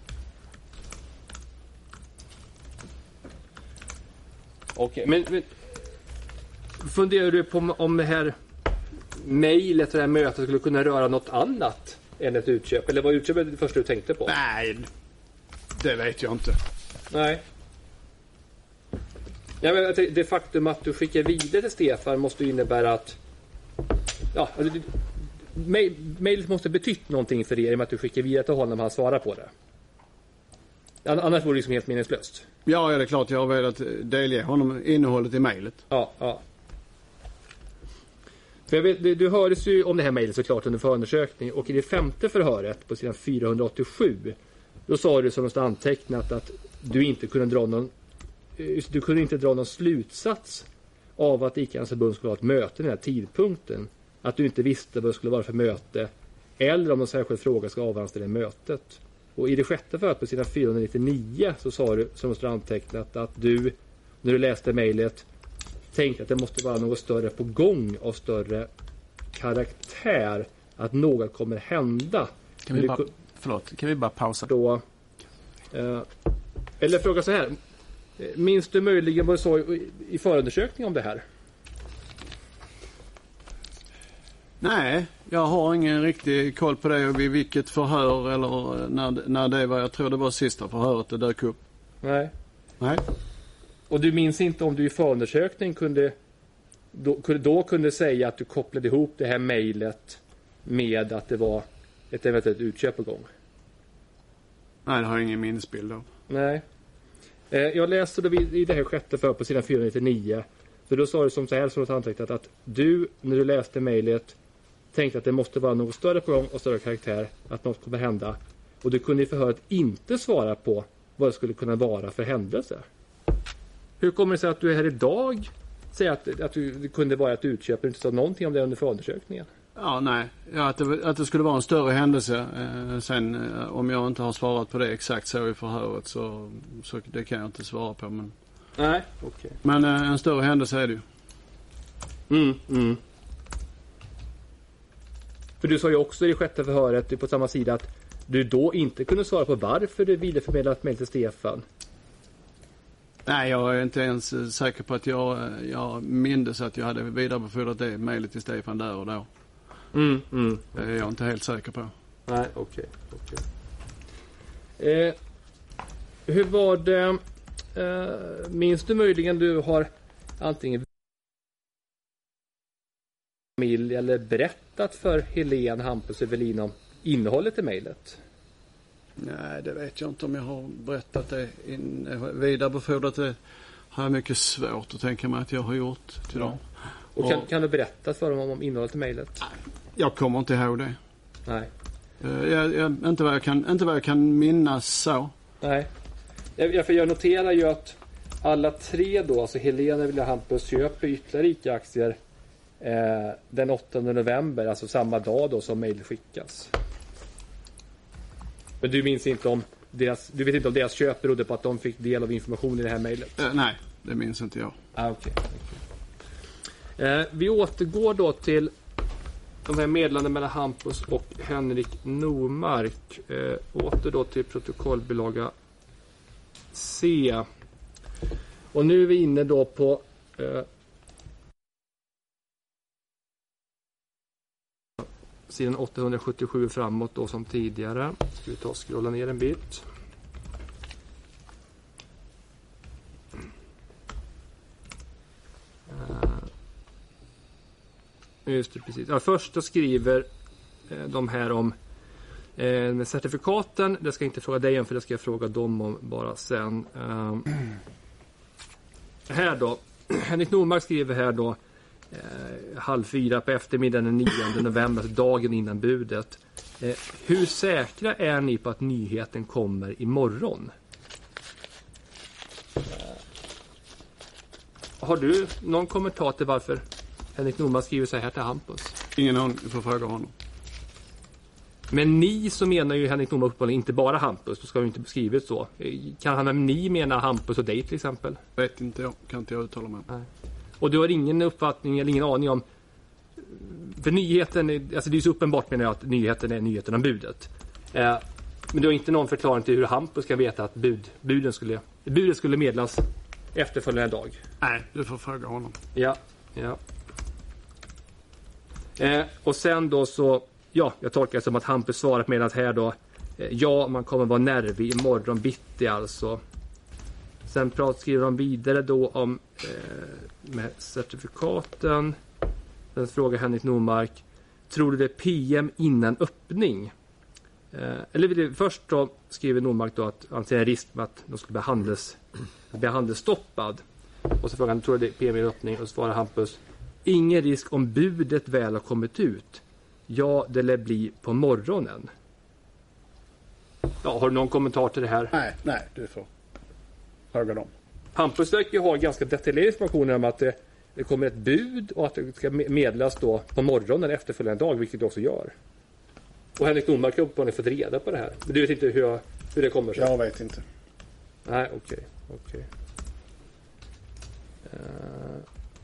Okej, okay, men, men funderar du på om det här mejlet, det här mötet skulle kunna röra något annat än ett utköp? Eller var utköpet det första du tänkte på? Nej, det vet jag inte. Nej. Ja, men det faktum att du skickar vidare till Stefan måste ju innebära att ja, alltså, mejlet måste betytt någonting för er i och med att du skickar vidare till honom och han svarar på det. Annars vore det liksom helt meningslöst. Ja, ja, det är klart. Jag har velat delge honom innehållet i mejlet. Ja, ja. För jag vet, du, du hördes ju om det här mejlet såklart under förundersökning och i det femte förhöret på sidan fyrahundraåttiosju då sa du som något antecknat att du inte kunde dra någon du kunde inte dra någon slutsats av att ICA:s förbund skulle ha ett möte den här tidpunkten. Att du inte visste vad det skulle vara för möte eller om någon särskild fråga ska avhandlas i mötet. Och i det sjätte förhöret på sidan fyrahundranittionio så sa du som något antecknat att du när du läste mejlet tänkte att det måste vara något större på gång av större karaktär, att något kommer hända. Kan vi bara, förlåt, kan vi bara pausa? Då, eh, eller fråga så här. Minns du möjligen vad du sa i, i förundersökningen om det här? Nej, jag har ingen riktig koll på det vid vilket förhör eller när, när det var, jag tror det var sista förhöret det dök upp. Nej. Nej. Och du minns inte om du i förundersökningen kunde då, då kunde säga att du kopplade ihop det här mejlet med att det var ett eventuellt utköp på gång? Nej, det har jag ingen minnesbild av. Nej. Eh, jag läste då i det här sjätte för på sidan fyrahundranittionio. Så då sa du som så här som antecknat att du när du läste mejlet tänkte att det måste vara något större på gång och större karaktär, att något kommer hända. Och du kunde i förhöret inte svara på vad det skulle kunna vara för händelse. Hur kommer det sig att du är här idag säger att, att du, det kunde vara ett utköp och inte sa någonting om det under förundersökningen? Ja, nej. Ja, att, det, att det skulle vara en större händelse. Eh, sen eh, om jag inte har svarat på det exakt så i förhöret så, så det kan jag inte svara på. Men, nej, okej. Okay. Men eh, en större händelse är det ju. Mm, mm. För du sa ju också i det sjätte förhöret på samma sida att du då inte kunde svara på varför du vidareförmedlat mejl till Stefan. Nej, jag är inte ens säker på att jag, jag mindes att jag hade vidarebefordrat det mejlet till Stefan där och då. Mm, mm. Det är jag inte helt säker på. Nej, okej. Okay, okay. eh, hur var det... Eh, minns du möjligen du har antingen familj eller berättat för Helen, Hampus och Evelin om innehållet i mejlet? Nej, det vet jag inte om jag har berättat det. In, vidarebefordrat det har jag mycket svårt att tänka mig att jag har gjort till dem. Och kan, kan du berätta för dem om innehållet i mejlet? Jag kommer inte ihåg det. Nej. Jag, jag, inte, vad jag kan, inte vad jag kan minnas så. Nej. Jag, för jag noterar ju att alla tre då, alltså Helena, Villa, Hampus, köper ytterligare ICA-aktier eh, den åttonde november, alltså samma dag då som mejl skickas. Men du minns inte om deras, du vet inte om deras köp berodde på att de fick del av information i det här mejlet? Eh, nej, det minns inte jag. Ah, okay, okay. Eh, vi återgår då till de här meddelandena mellan Hampus och Henrik Normark. Eh, åter då till protokollbilaga C. Och nu är vi inne då på eh, sidan åttahundrasjuttiosju framåt då som tidigare. Ska vi ta och scrolla ner en bit. Uh, just det, precis. Ja, först då skriver eh, de här om eh, med certifikaten. Det ska jag inte fråga dig om, för det ska jag fråga dem om bara sen. Uh, här då. Henrik Normark skriver här då eh, halv fyra på eftermiddagen den nionde november, alltså dagen innan budet. Eh, hur säkra är ni på att nyheten kommer imorgon? Eh, har du någon kommentar till varför Henrik Normark skriver så här till Hampus? Ingen aning, får fråga honom. Men ni, så menar ju Henrik Normark uppenbarligen inte bara Hampus, då ska vi inte beskrivit så. Kan han med ni mena Hampus och dig till exempel? Vet inte jag, kan inte jag uttala mig. Nej. Och du har ingen uppfattning eller ingen aning om, för nyheten, alltså det är så uppenbart menar jag att nyheten är nyheten om budet. Eh, men du har inte någon förklaring till hur Hampus ska veta att bud, buden skulle, budet skulle meddelas efterföljande dag? Nej, du får fråga honom. Ja, ja. Eh, och sen då så, ja, jag tolkar det som att Hampus svarat med att här då, eh, ja, man kommer vara nervig imorgon bitti alltså. Sen prat, skriver de vidare då om eh, med certifikaten. Sen frågar Henrik Normark, tror du det är P M innan öppning? Eh, eller vill det, först då skriver Normark då att han ser en risk med att de skulle bli, handels, bli handelsstoppad. Och så frågar han, tror du det är P M innan öppning? Och så svarar Hampus, ingen risk om budet väl har kommit ut. Ja, det lär bli på morgonen. Ja, har du någon kommentar till det här? Nej, nej, du får fråga dem. Hampus verkar ju ha ganska detaljerad information om att det, det kommer ett bud och att det ska meddelas då på morgonen efterföljande dag, vilket det också gör. Och Henrik Normark har uppenbarligen fått reda på det här. Men du vet inte hur, hur det kommer sig? Jag vet inte. Nej, okej. Okay, okej. Okay. Uh...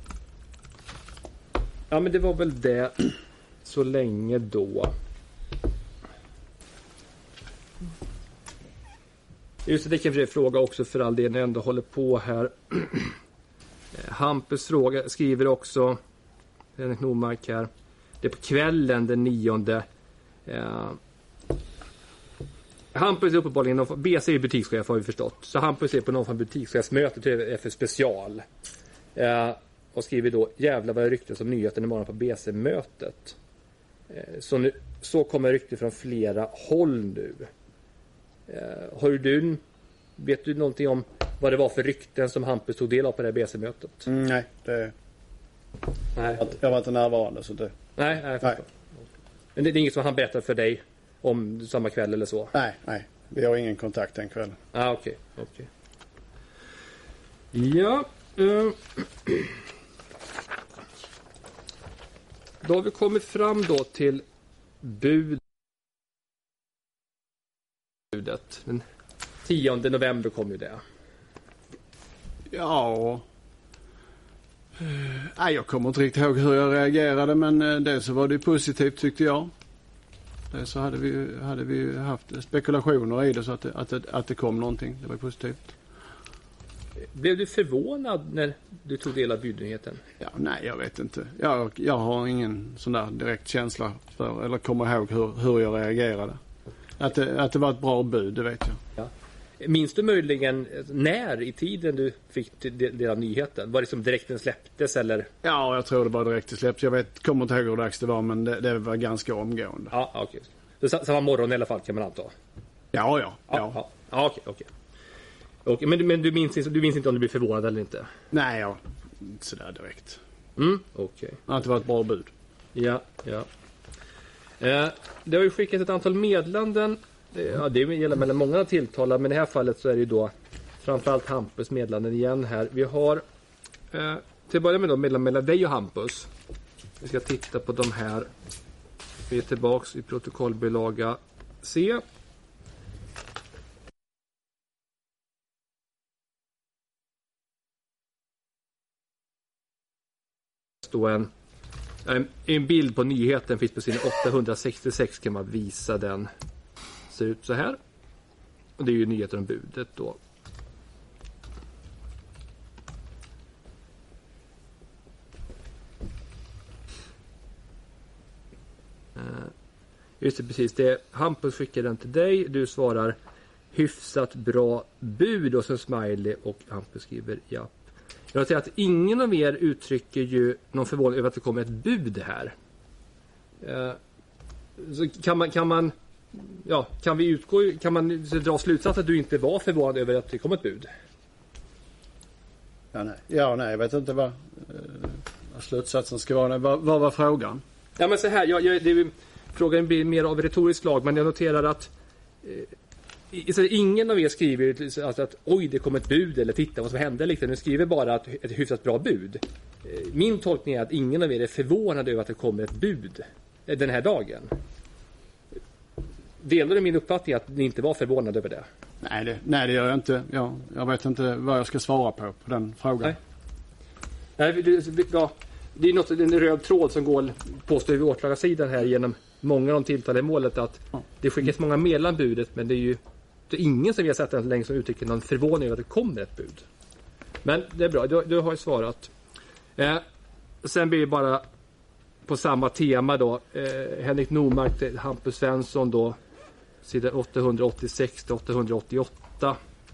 Ja, men det var väl det så länge då. Just det, det kan jag fråga också för all del när jag ändå håller på här. Hampus fråga, skriver också Henrik Normark här. Det är på kvällen den nionde. Eh, Hampus är uppenbarligen B C är butikschef har vi förstått. Så Hampus är på någon form butikschefsmöte till F special. Eh, och skriver då, jävlar vad rykten som nyheten imorgon på B C-mötet. Eh, så, nu, så kommer rykten från flera håll nu. Uh, har du, vet du någonting om vad det var för rykten som Hampus tog del av på det här B C-mötet? Mm, nej, det... Nej. Jag var inte närvarande så det... Nej, nej, nej. Men det är inget som han berättade för dig om samma kväll eller så? Nej, nej. Vi har ingen kontakt den kvällen. Ah, okej, okay, okej. Okay. Ja. Uh. Då har vi kommit fram då till bud. Den tionde november kom ju det. Ja. Nej, jag kommer inte riktigt ihåg hur jag reagerade, men det så var det positivt tyckte jag. Det så hade vi hade vi haft spekulationer i det så att det, att det, att det kom någonting. Det var positivt. Blev du förvånad när du tog del av budnyheten? Ja, nej, jag vet inte. Jag, jag har ingen sån där direkt känsla för, eller kommer ihåg hur, hur jag reagerade. Att det, att det var ett bra bud, det vet jag. Ja. Minns du möjligen när i tiden du fick del av nyheten? Var det som direkt den släpptes eller? Ja, jag tror det var direkt det släpptes. Jag vet, kommer inte ihåg hur dags det var, men det, det var ganska omgående. Ja, okej. Okay. Så samma morgon i alla fall kan man anta? Ja, ja. ja. ja. ja. ja okej, okej. Okay. Men, men du, minns, du minns inte om du blir förvånad eller inte? Nej, ja. Inte sådär direkt. Mm, okej. Okay. Att det var ett bra bud. Ja, ja. Eh, det har ju skickat ett antal meddelanden. Eh, ja, det gäller mellan många tilltalade, men i det här fallet så är det ju då framförallt Hampus meddelanden igen här. Vi har eh, till att börja med då mellan, mellan dig och Hampus. Vi ska titta på de här. Vi är tillbaks i protokollbilaga C. Då en, en, en bild på nyheten finns på sidan åttahundrasextiosex, kan man visa den. Ser ut så här. Och det är ju nyheter om budet då. Uh, just det, precis. Det Hampus skickar den till dig. Du svarar hyfsat bra bud och så smiley, och Hampus skriver ja. Jag säger att ingen av er uttrycker ju någon förvåning över att det kommer ett bud här. Eh, så kan man, kan man, ja, kan vi utgå, kan man dra slutsats att du inte var förvånad över att det kom ett bud? Ja, nej, ja, nej jag vet inte vad, eh, vad slutsatsen ska vara. Vad, vad var frågan? Ja, men så här, jag, jag, det, frågan blir mer av retorisk lag, men jag noterar att eh, så ingen av er skriver alltså att oj, det kom ett bud eller titta vad som hände. Ni skriver bara att ett hyfsat bra bud. Min tolkning är att ingen av er är förvånad över att det kommer ett bud den här dagen. Delar du min uppfattning att ni inte var förvånade över det? Nej, det, nej, det gör jag inte. Ja, jag vet inte vad jag ska svara på på den frågan. Nej. Nej, det, ja, det är något, en röd tråd som går påstår vid åklagarsidan här genom många av de tilltalade i målet att ja. Det skickas många mellan budet, men det är ju det är ingen som vi har sett än så länge som uttrycker någon förvåning över att det kommer ett bud. Men det är bra, du, du har ju svarat. Eh, sen blir det bara på samma tema då. Eh, Henrik Normark, Hampus Svensson då. Sidan åttahundraåttiosex till åttahundraåttioåtta.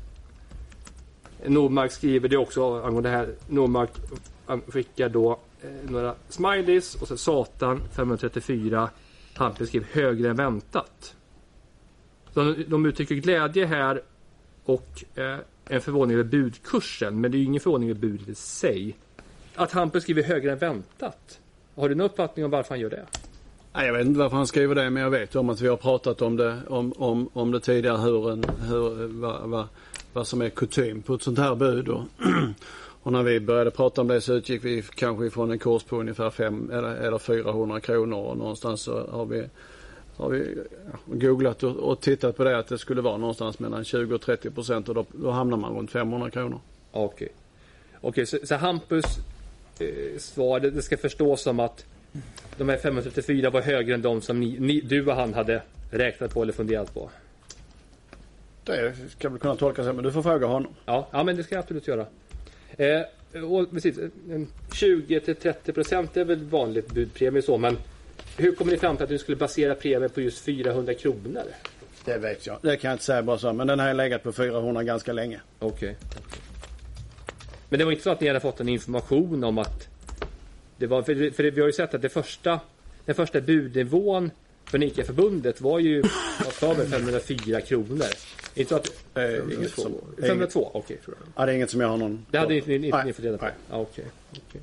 Normark skriver det också angående det här. Normark skickar då eh, några smileys och så Satan femhundratrettiofyra. Hampus skriver högre än väntat. De, de uttrycker glädje här och eh, en förvåning över budkursen, men det är ju ingen förvåning över budet i sig. Att Hampus skriver högre än väntat. Har du någon uppfattning om varför han gör det? Nej, jag vet inte varför han skriver det, men jag vet om att vi har pratat om det, om, om, om det tidigare, hur, en, hur vad, vad, vad som är kutym på ett sånt här bud. Och, och när vi började prata om det så utgick vi kanske ifrån en kurs på ungefär fem eller, eller fyrahundra kronor, och någonstans så har vi har vi googlat och, och tittat på det, att det skulle vara någonstans mellan tjugo och trettio procent, och då, då hamnar man runt femhundra kronor. Okej. Okej, så, så Hampus eh, svar, det, det ska förstås som att de här femhundratrettiofyra var högre än de som ni, ni, du och han hade räknat på eller funderat på. Det ska väl kunna tolka sig, men du får fråga honom. Ja, ja men det ska jag absolut göra. Eh, och precis, tjugo till trettio procent är väl vanligt budpremie så, men hur kommer ni fram till att du skulle basera premien på just fyrahundra kronor? Det vet jag. Det kan jag inte säga bara så, men den har legat på fyrahundra ganska länge. Okej. Okay. Men det var inte så att ni hade fått en information om att det var, för, för vi har ju sett att det första, den första budnivån för Nika-förbundet var ju över femhundrafyra kronor. Inte så att eh, femhundratvå. femhundratvå, okej. Okay. Ja, det är inget som jag har någon. Det hade ni inte ni, ni fått reda på. Ja, okej. Okay.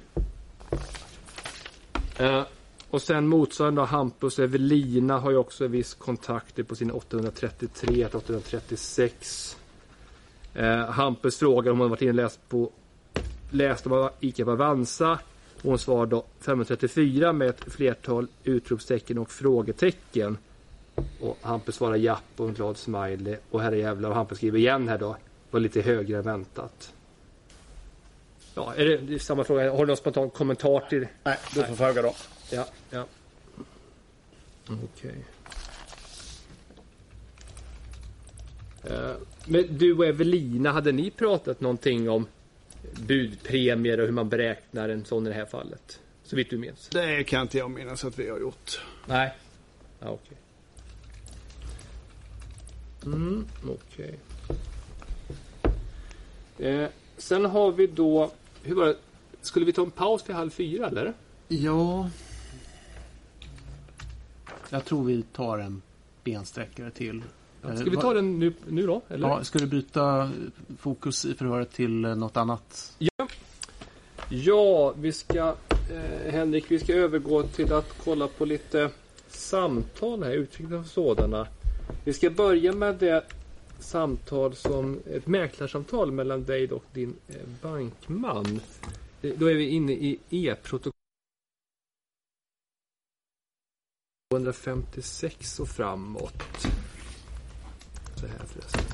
Okay. Uh, och sen motsvarande Hampus Evelina har ju också viss kontakter på sin åttahundratrettiotre till åttahundratrettiosex. Uh, Hampus frågar om hon varit inne och läst på läst om Ica Avanza. Hon svarar då femhundratrettiofyra med ett flertal utropstecken och frågetecken. Och Hampus svarar japp och en glad smiley. Och här är jävlar, och Hampus skriver igen här då. Var lite högre än väntat. Ja, är det, det är samma fråga. Har du någon spontan kommentar till? Nej, du får Nej. fråga då. Ja, ja. Okej. Okay. Uh, men du och Evelina, hade ni pratat någonting om budpremier och hur man beräknar en sån i det här fallet? Så vitt du minns. Det kan inte jag minnas att vi har gjort. Nej. Ja, okej. Okay. Mm, okej. Okay. Eh, sen har vi då, hur var det? Skulle vi ta en paus för halv fyra eller? Ja. Jag tror vi tar en bensträckare till. Ska vi ta den nu, nu då? Eller? Ja, ska du byta fokus i förhöret till något annat? Ja, ja vi ska eh, Henrik, vi ska övergå till att kolla på lite samtal här, uttryck av sådana. Vi ska börja med det samtal som ett mäklarsamtal mellan dig och din eh, bankman. Eh, då är vi inne i e-protokoll tvåhundrafemtiosex och framåt. Så här förresten.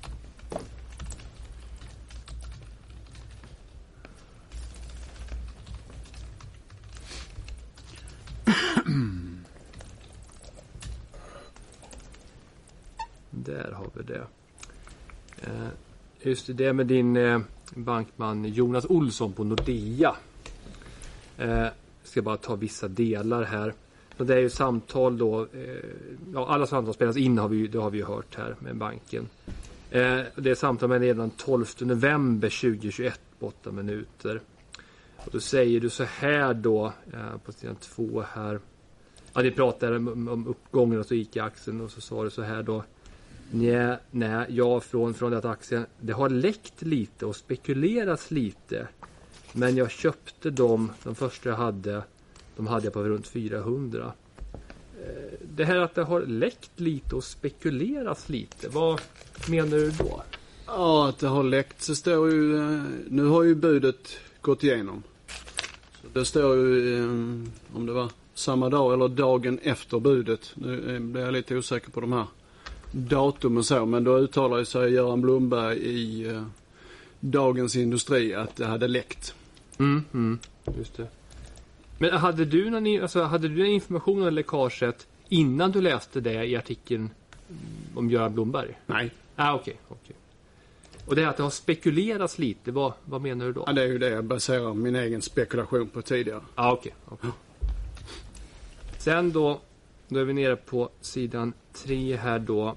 Där har vi det. Eh, just det med din eh, bankman Jonas Olsson på Nordea. Eh, ska bara ta vissa delar här. Så det är ju samtal då. Eh, ja, alla samtal spelas in har vi, det har vi ju hört här med banken. Eh, det är samtal med redan tolfte november tjugohundratjugoett på åtta minuter. Och då säger du så här då eh, på sidan två här. Ja, ni pratade om, om uppgången och så gick i aktien och så sa du så här då. Nej, nej, ja från, från det att aktien det har läckt lite och spekulerats lite. Men jag köpte dem, de första jag hade, de hade jag på runt fyrahundra. Det här att det har läckt lite och spekulerats lite, vad menar du då? Ja, att det har läckt så står ju, nu har ju budet gått igenom. Så det står ju, om det var samma dag eller dagen efter budet. Nu blir jag lite osäker på de här datum och så, men då uttalar sig Göran Blomberg i uh, Dagens Industri att det hade läckt. Mm, mm, just det. Men hade du någon, alltså, hade du information om läckaget innan du läste det i artikeln om Göran Blomberg? Nej. Ah, okej, okay, okej. Okay. Och det är att det har spekulerats lite, vad, vad menar du då? Ja, det är ju det jag baserar min egen spekulation på tidigare. Ah, okej, okay, okay. Sen då, då är vi nere på sidan tre här då.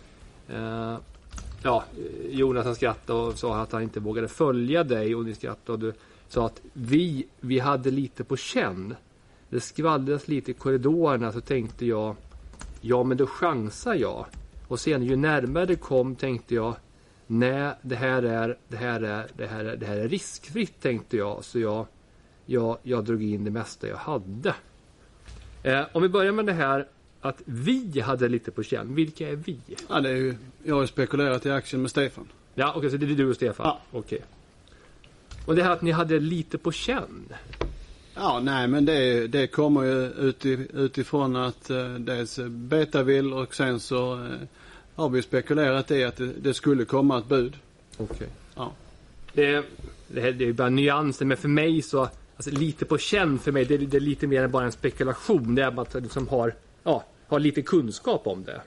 Uh, ja, Jonas han skrattade och sa att han inte vågade följa dig och ni skrattade och du sa att vi, vi hade lite på känn. Det skvallras lite i korridorerna så tänkte jag, ja men då chansar jag. Och sen ju närmare det kom tänkte jag, nej det här är, det här är, det här är, det här är riskfritt tänkte jag. Så jag, jag, jag drog in det mesta jag hade. Uh, om vi börjar med det här. Att vi hade lite på känn. Vilka är vi? Ja, det är ju, jag har spekulerat i aktien med Stefan. Ja, okej, okay, så det är du och Stefan? Ja. Okej. Okay. Och det här att ni hade lite på känn? Ja, nej, men det, det kommer ju uti, utifrån att uh, dels Betavill och sen så uh, har vi spekulerat i att det, det skulle komma ett bud. Okej. Okay. Ja. Det, det, här, det är ju bara nyanser, men för mig så, alltså lite på känn för mig, det, det är lite mer än bara en spekulation. Det är bara att du som har Ja, har lite kunskap om det.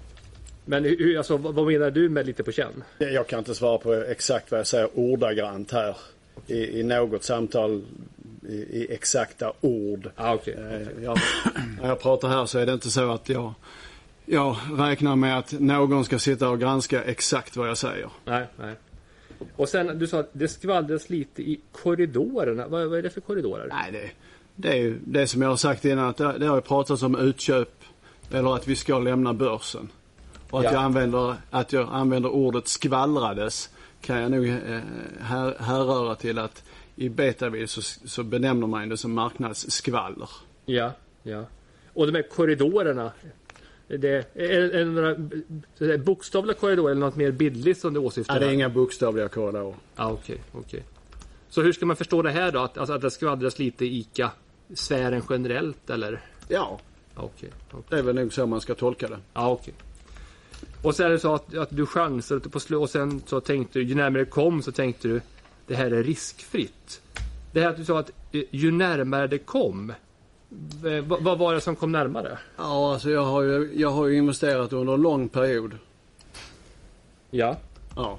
Men hur, alltså, vad menar du med lite på känn? Jag kan inte svara på exakt vad jag säger ordagrant här. I, i något samtal i, i exakta ord. Ah, okay. eh, jag, när jag pratar här så är det inte så att jag, jag räknar med att någon ska sitta och granska exakt vad jag säger. Nej, nej. Och sen, du sa att det skvallras lite i korridorerna. Vad, vad är det för korridorer? Nej, det Det är ju det som jag har sagt innan, att det, det har ju pratats om utköp eller att vi ska lämna börsen. Och att, ja. jag, använder, att jag använder ordet skvallrades kan jag nog eh, här, härröra till att i Betavill så, så benämner man det som marknadsskvaller. Ja, ja. Och de här korridorerna, det, är, är det några bokstavliga korridorer eller något mer bildligt som det åsyftar? Ja, det är inga bokstavliga korridorer. Ja, okej, okay, okej. Okay. Så hur ska man förstå det här då? Att, alltså att det skvallras lite i ICA-sfären generellt, eller? Ja, okay, okay. Det är väl nog så man ska tolka det. Ja, okej. Okay. Och sen är det så att, att du chansade på slu- och sen så tänkte du, ju närmare det kom så tänkte du, det här är riskfritt. Det här att du sa att ju närmare det kom, vad, vad var det som kom närmare? Ja, alltså jag har ju, jag har ju investerat under en lång period. Ja. Ja.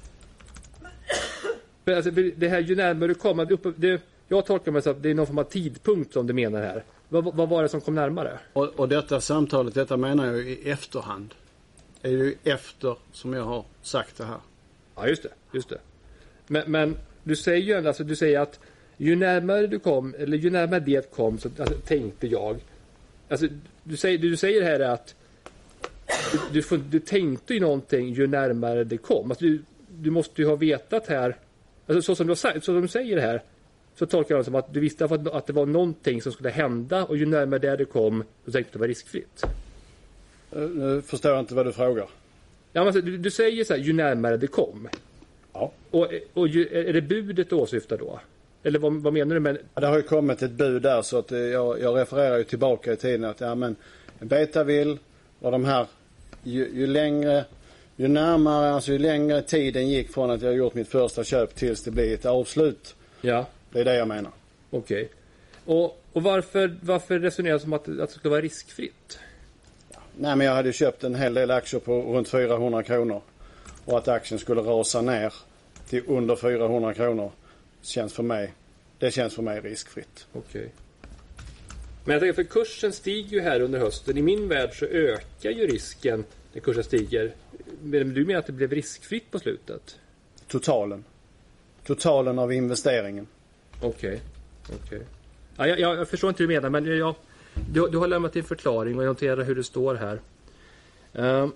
Men alltså, det här ju närmare du kom, det, det, jag tolkar mig så att det är någon form av tidpunkt som du menar här. Vad, vad var det som kom närmare? Och, och detta samtalet, detta menar jag i efterhand. Det är ju efter som jag har sagt det här. Ja, just det. Just det. Men, men du säger ju ändå, alltså, du säger att ju närmare du kom, eller ju närmare det kom så alltså, tänkte jag. Alltså, du säger, du säger här att du, du, du tänkte ju någonting ju närmare det kom. Alltså, du, du måste ju ha vetat här, alltså, så som du har sagt, så som du säger här, så tolkar jag det som att du visste att, att det var någonting som skulle hända och ju närmare det det kom så tänkte det var riskfritt. Nu förstår jag inte vad du frågar. Ja, men alltså, du, du säger så här, ju närmare det kom. Ja. Och, och ju, är det budet du åsyftar då? Eller vad, vad menar du med... Ja, det har ju kommit ett bud där så att jag, jag refererar ju tillbaka i tiden att ja, men Betavill och de här ju, ju längre ju närmare, alltså ju längre tiden gick från att jag gjort mitt första köp tills det blir ett avslut. Ja. Det är det jag menar. Okej. Okay. Och, och varför, varför resonerar du som att, att det skulle vara riskfritt? Ja. Nej, men jag hade köpt en hel del aktier på runt fyrahundra kronor. Och att aktien skulle rasa ner till under fyrahundra kronor känns för mig, det känns för mig riskfritt. Okej. Okay. Men jag tänker, för kursen stiger ju här under hösten. I min värld så ökar ju risken när kursen stiger. Men du menar att det blev riskfritt på slutet? Totalen. Totalen av investeringen. Okej. Okay. Okay. Ja, jag, jag förstår inte hur du menar, men jag, du, du har lämnat din förklaring och jag noterar hur det står här. Um.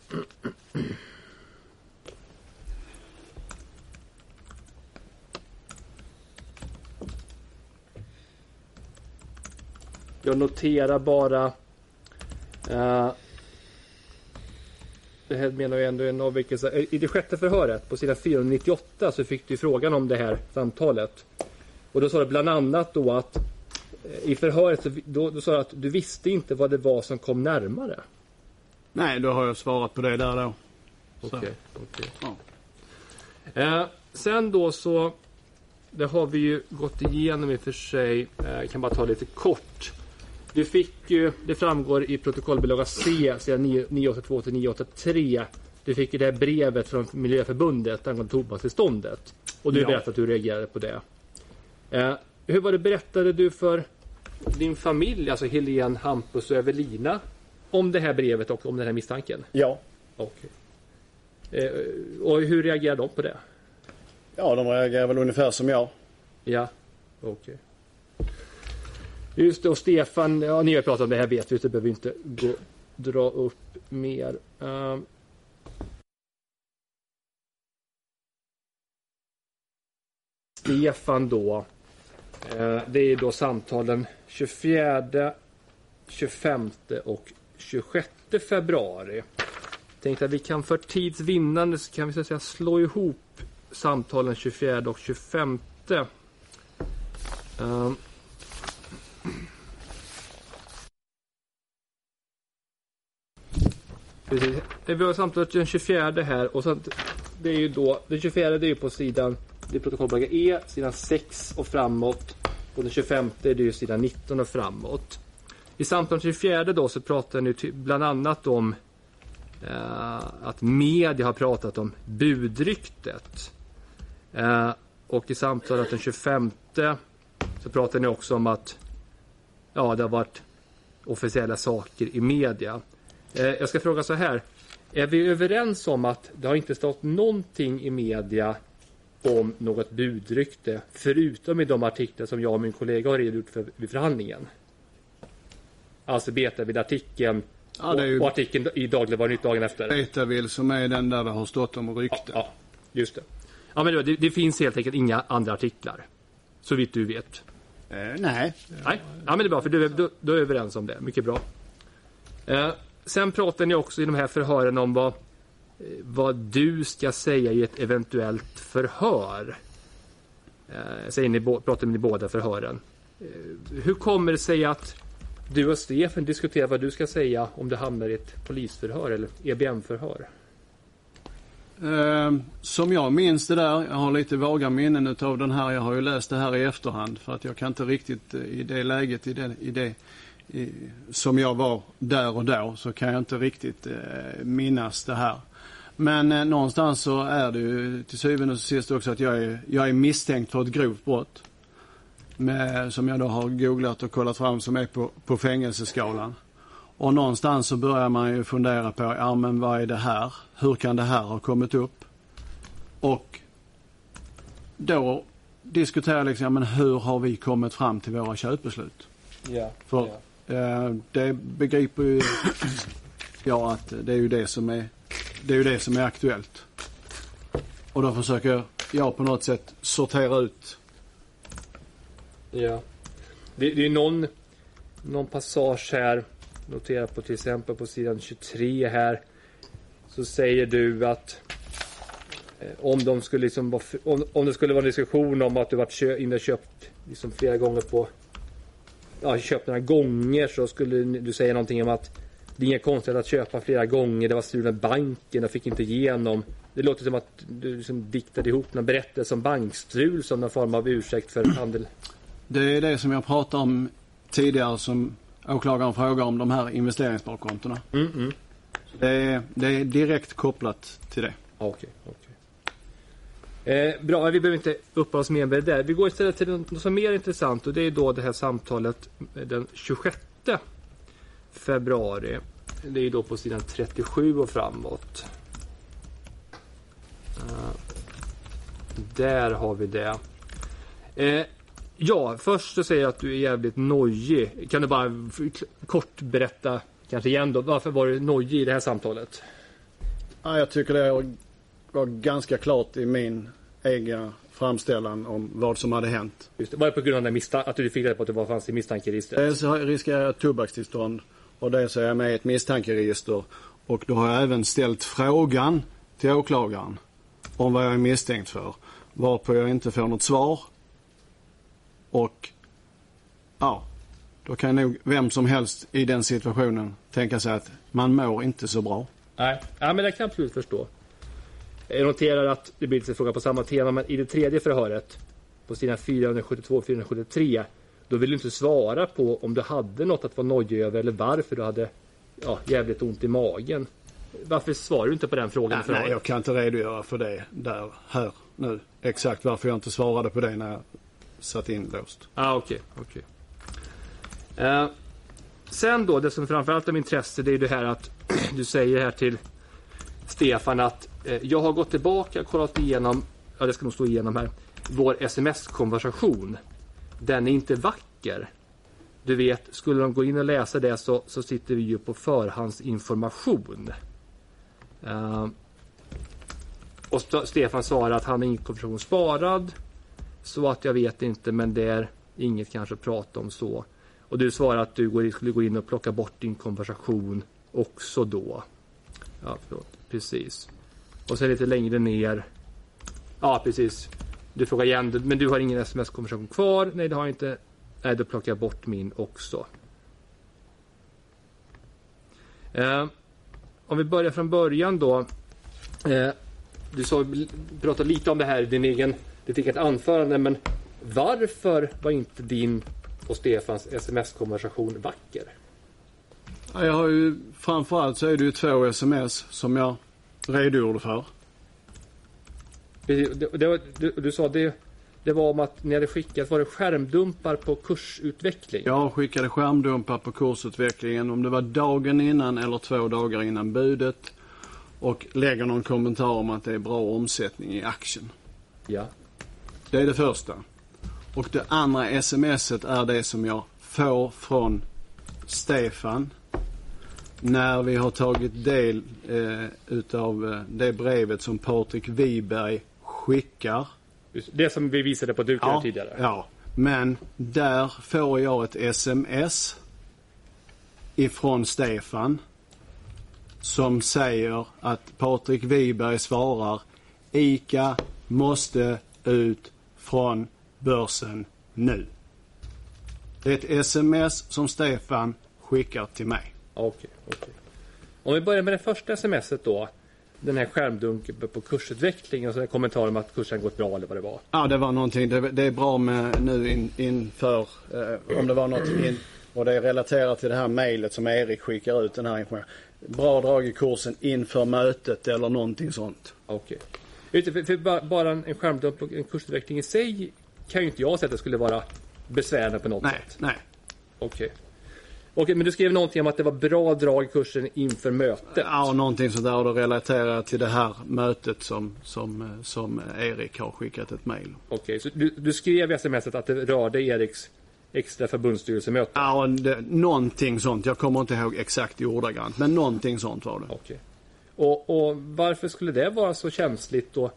Jag noterar bara uh, det här menar jag ändå en avvikelse. I det sjätte förhöret på sidan fyrahundranittioåtta så fick du frågan om det här samtalet. Och då sa det bland annat då att i förhöret så, då, då sa det att du visste inte vad det var som kom närmare. Nej, då har jag svarat på det där då. Okej. Okay, okay. Ja. Eh, sen då så det har vi ju gått igenom i och för sig. Jag eh, kan bara ta lite kort. Du fick ju, det framgår i protokollbilaga C sedan nio åttiotvå till nio åttiotre. Du fick ju det här brevet från Miljöförbundet angående tobakstillståndet. Och du ja. berättade att du reagerade på det. Eh, hur var det berättade du för din familj, alltså Helene, Hampus och Evelina, om det här brevet och om den här misstanken? Ja. Okej. Eh, och hur reagerar de på det? Ja, de reagerar väl ungefär som jag. Ja, okej. Okay. Just det, och Stefan, ja, ni har pratat om det här vet vi, så behöver vi inte gå, dra upp mer. Um. Stefan då, eh, det är då samtalen tjugofjärde, tjugofemte och tjugosjätte februari. Tänkte att vi kan för tids vinnande så kan vi så att säga slå ihop samtalen tjugofjärde och tjugofemte. Um. Precis. Vi har samtalet den tjugofjärde här och så det är ju då den tjugofjärde det är ju på sidan det är protokollbilaga E, sidan sex och framåt, och den tjugofemte är det ju sidan nitton och framåt. I samtalet den tjugofjärde då så pratar ni bland annat om eh, att media har pratat om budryktet. Eh, och i samtalet den tjugofemte så pratar ni också om att ja, det har varit officiella saker i media. Eh, jag ska fråga så här. Är vi överens om att det har inte stått någonting i media om något budrykte förutom i de artiklar som jag och min kollega har redogjort för vid förhandlingen? Alltså Betavill-artikeln ja, och, ju... och artikeln i Dagligvarunytt dagen efter. Betavill som är den där det har stått om rykte. Ja, ja, just det. Ja, men det, det finns helt enkelt inga andra artiklar. Så vitt du vet. Eh, nej. Nej, ja, men det är bra för du, du, du är överens om det. Mycket bra. Eh, sen pratar ni också i de här förhören om vad, vad du ska säga i ett eventuellt förhör. Eh, säger ni, pratar ni båda förhören. Eh, hur kommer det sig att du och Stefan diskuterar vad du ska säga om det hamnar i ett polisförhör eller E B M-förhör? Eh, som jag minns det där, jag har lite vaga minnen utav den här, jag har ju läst det här i efterhand för att jag kan inte riktigt i det läget, i det, i det i, som jag var där och då, så kan jag inte riktigt eh, minnas det här. Men eh, någonstans så är det ju till syvende och sist också att jag är, jag är misstänkt för ett grovt brott. Med, som jag då har googlat och kollat fram som är på, på fängelseskalan. Och någonstans så börjar man ju fundera på, ja men vad är det här? Hur kan det här ha kommit upp? Och då diskuterar jag liksom, ja, men hur har vi kommit fram till våra köpbeslut? Ja. För ja. Eh, det begriper ju jag att det är ju det som är, det är ju det som är aktuellt. Och då försöker jag på något sätt sortera ut Ja. Det, det är ju någon, någon passage här, notera på till exempel på sidan tjugotre här, så säger du att eh, om de skulle liksom vara, om, om det skulle vara en diskussion om att du varit kö, inne och köpt liksom flera gånger på, ja, köpt några gånger, så skulle du säga någonting om att det är inget konstigt att köpa flera gånger, det var strul med banken och fick inte igenom. Det låter som att du liksom diktade ihop någon berättelse om bankstrul som någon form av ursäkt för handel. Det är det som jag pratade om tidigare, som åklagaren frågar om de här investeringssparkontona. Mm, mm. Det är, det är direkt kopplat till det. Okej, okej. Eh, bra, vi behöver inte uppehålla oss mer med det där. Vi går istället till något som är mer intressant, och det är då det här samtalet den tjugosjätte februari. Det är då på sidan trettiosju och framåt. Uh, där har vi det. Eh, ja, först så säger jag att du är jävligt nojig. Kan du bara kort berätta, kanske igen då, varför var du nojig i det här samtalet? Ja, jag tycker det var ganska klart i min egen framställan om vad som hade hänt. Just det. Var det på grund av den missta- att du fick reda på att det var fanns i misstankeregistret? Dels riskerar jag tobakstillstånd, och det så är jag med i ett misstankeregister. Och då har jag även ställt frågan till åklagaren om vad jag är misstänkt för, varpå jag inte får något svar. Och ja, då kan nog vem som helst i den situationen tänka sig att man mår inte så bra. Nej, ja, men det kan jag absolut förstå. Jag noterar att det blir lite fråga på samma tema, men i det tredje förhöret på sidan fyrahundrasjuttiotvå och fyrahundrasjuttiotre, då vill du inte svara på om du hade något att vara nojig över eller varför du hade, ja, jävligt ont i magen. Varför svarar du inte på den frågan? Nej, nej, jag kan inte redogöra för det där här nu. Exakt varför jag inte svarade på det när jag satt inlåst. Ah, okej, okay, okej. Okay. Uh, sen då, det som framförallt är av intresse, det är det här att du säger här till Stefan att eh, jag har gått tillbaka och kollat igenom, ja, det ska nog stå igenom här, vår sms-konversation. Den är inte vacker. Du vet, skulle de gå in och läsa det så, så sitter vi ju på förhandsinformation. Uh, och St- Stefan svarar att han har ingen konversation sparad, så att jag vet inte, men det är inget kanske att prata om så. Och du svarar att du går, skulle gå in och plocka bort din konversation också då. Ja, förlåt. Precis. Och sen lite längre ner. Ja, precis. Du frågar igen, men du har ingen sms-konversation kvar. Nej, det har jag inte. Nej, då plockar jag bort min också. Eh, om vi börjar från början då. Eh, du sa, pratade lite om det här i din egen, ditt eget anförande, men varför var inte din och Stefans sms-konversation vacker? Ja, jag har ju, framförallt så är det ju två sms som jag redogjorde för. Det, det var, du, du sa det, det var om att ni hade skickat, var det skärmdumpar på kursutveckling? Jag skickade skärmdumpar på kursutvecklingen, om det var dagen innan eller två dagar innan budet, och lägger någon kommentar om att det är bra omsättning i aktien. Ja. Det är det första. Och det andra smset är det som jag får från Stefan när vi har tagit del eh, utav eh, det brevet som Patrik Wiberg skickar. Det som vi visade på duken ja, tidigare. Ja, men där får jag ett sms ifrån Stefan som säger att Patrik Wiberg svarar: ICA måste ut från börsen nu. Det är ett sms som Stefan skickar till mig. Okej, okej. Om vi börjar med det första smset då. Den här skärmdunken på kursutvecklingen och så en kommentar om att kursen gått bra eller vad det var. Ja, det var någonting. Det, det är bra med nu in, inför eh, om det var något in, och det är relaterat till det här mejlet som Erik skickar ut, den här informationen. Bra drag i kursen inför mötet eller någonting sånt. Okej. För, för, för bara en skärmdump på en kursutveckling i sig kan ju inte jag säga att det skulle vara besvärande på något nej, sätt. Nej, Okej. Okej, men du skrev någonting om att det var bra drag i kursen inför mötet. Ja, någonting sådär, och då relaterar till det här mötet som, som, som Erik har skickat ett mejl. Okej, så du, du skrev i smset att det rörde Eriks extra förbundsstyrelsemöte? Ja, det, någonting sånt. Jag kommer inte ihåg exakt i ordagrant, men någonting sånt var det. Okej. Och, och varför skulle det vara så känsligt då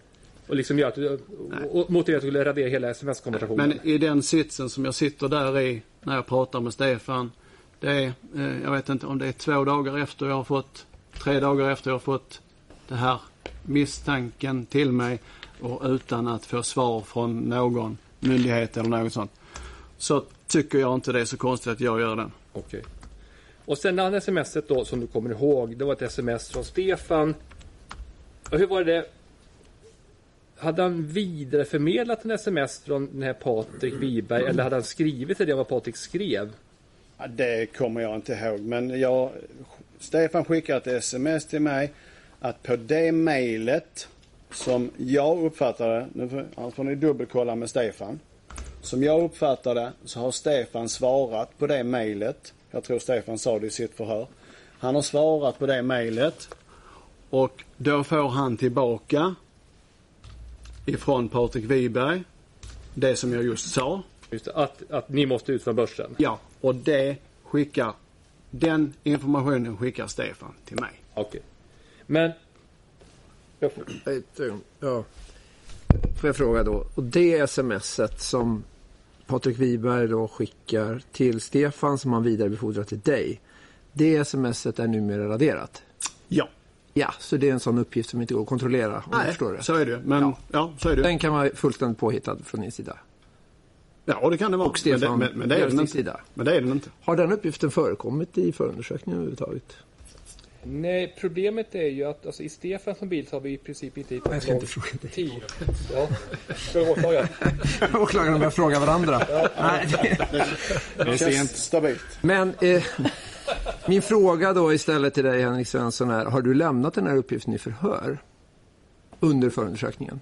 och liksom gör att du och motiverar att du skulle radera hela sms-konversationen. Men i den sitsen som jag sitter där i när jag pratar med Stefan, det är, eh, jag vet inte om det är två dagar efter jag har fått, tre dagar efter jag har fått det här misstanken till mig och utan att få svar från någon myndighet eller något sånt, så tycker jag inte det är så konstigt att jag gör den. Okej. Okay. Och sen det andra smset då som du kommer ihåg, det var ett sms från Stefan. Och hur var det? Hade han vidareförmedlat en sms från den här Patrik Wiberg eller hade han skrivit till det vad Patrik skrev? Ja, det kommer jag inte ihåg, men jag, Stefan skickade ett sms till mig att på det mejlet som jag uppfattade, nu får, får ni dubbelkolla med Stefan, som jag uppfattade så har Stefan svarat på det mejlet. Jag tror Stefan sa det i sitt förhör. Han har svarat på det mejlet och då får han tillbaka ifrån Patrik Wiberg det som jag just sa. Just det, att, att ni måste ut från börsen. Ja, och det skickar, den informationen skickar Stefan till mig. Okej. Okay. Men jag får, ja. Får jag fråga då, och det smset som Patrik Wiberg då skickar till Stefan som han vidarebefordrar till dig, det smset är numera raderat? Ja. Ja, så det är en sån uppgift som inte går att kontrollera, om Nej, jag förstår det. Så är det. Men ja, ja så är det. Den kan vara fullständigt påhittad från din sida. Ja, det kan det vara. Och Stefan, men det, men, men det är den inte. Sida. Men det är den inte. Har den uppgiften förekommit i förundersökningen överhuvudtaget? Nej, problemet är ju att alltså, i Stefan som bild så har vi i princip inte hittat jag ska inte fråga dig. tid. Ja, för åklagaren. Åklagaren börjar fråga varandra. Ja. Nej, det, det är sent stabilt. Men eh, min fråga då istället till dig, Henrik Svensson, är: har du lämnat den här uppgiften i förhör under förundersökningen?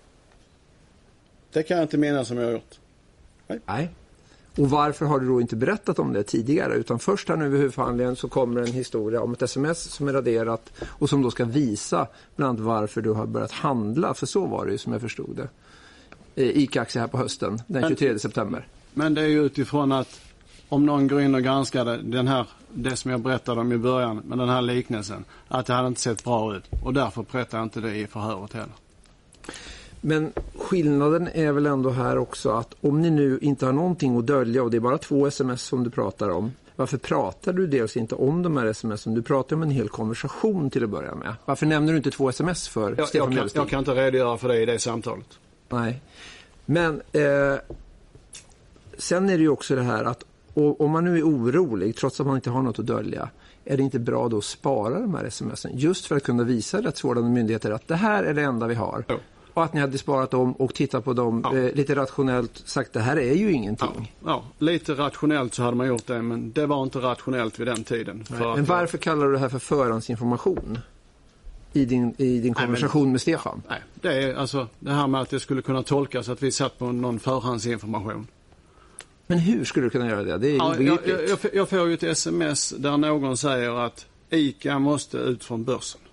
Det kan jag inte mena som jag har gjort. Nej. Nej. Och varför har du då inte berättat om det tidigare? Utan först här nu vid huvudförhandlingen så kommer en historia om ett sms som är raderat och som då ska visa bland annat varför du har börjat handla. För så var det ju som jag förstod det. ICA-aktier här på hösten, den tjugotredje september. Men det är ju utifrån att om någon går in och granskar den här, det som jag berättade om i början med den här liknelsen, att det hade inte sett bra ut. Och därför berättar jag inte det i förhöret heller. Men skillnaden är väl ändå här också att om ni nu inte har någonting att dölja och det är bara två sms som du pratar om, varför pratar du dels inte om de här sms som du pratar om en hel konversation till att börja med? Varför nämner du inte två sms för jag, Stefan jag, kan, jag kan inte redogöra för det i det samtalet. Nej, men eh, sen är det ju också det här att och, om man nu är orolig trots att man inte har något att dölja, är det inte bra då att spara de här smsen just för att kunna visa rättsvårdande myndigheter att det här är det enda vi har. Jo. Och att ni hade sparat dem och tittat på dem ja. eh, lite rationellt sagt, det här är ju ingenting. Ja. ja, lite rationellt så hade man gjort det, men det var inte rationellt vid den tiden. För men varför jag... kallar du det här för förhandsinformation i din, i din konversation nej, men, med Stefan? Nej, det är alltså det här med att det skulle kunna tolkas att vi satt på någon förhandsinformation. Men hur skulle du kunna göra det? Det är ja, jag, jag, jag får ju ett sms där någon säger att ICA måste ut från börsen.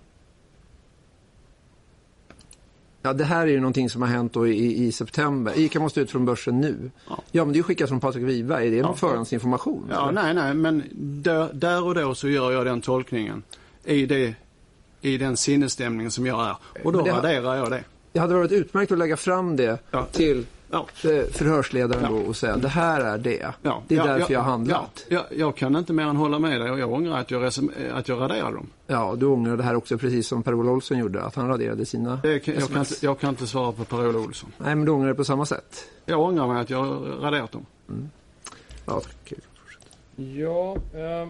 Ja, det här är ju någonting som har hänt då i, i september. ICA måste ut från börsen nu. Ja, ja men det är ju skickat från Patrik Wiberg. Är det någon ja. förhandsinformation? Ja, eller? nej, nej. Men där, där och då så gör jag den tolkningen i, det, i den sinnesstämningen som jag är. Och då raderar jag det. Det hade varit utmärkt att lägga fram det ja. till ja. förhörsledaren ja. då och säga det här är det. Ja. Det är ja, därför ja, jag har handlat. Ja, ja, jag kan inte mer än hålla med dig och jag ångrar att jag, resum- att jag raderar dem. Ja, du ångrar det här också precis som Per-Ola Olsson gjorde, att han raderade sina det kan, jag, kan inte, jag kan inte svara på Per-Ola Olsson. Nej, men du ångrar det på samma sätt. Jag ångrar mig att jag har raderat dem. Mm. Ja, kul. Ja, eh,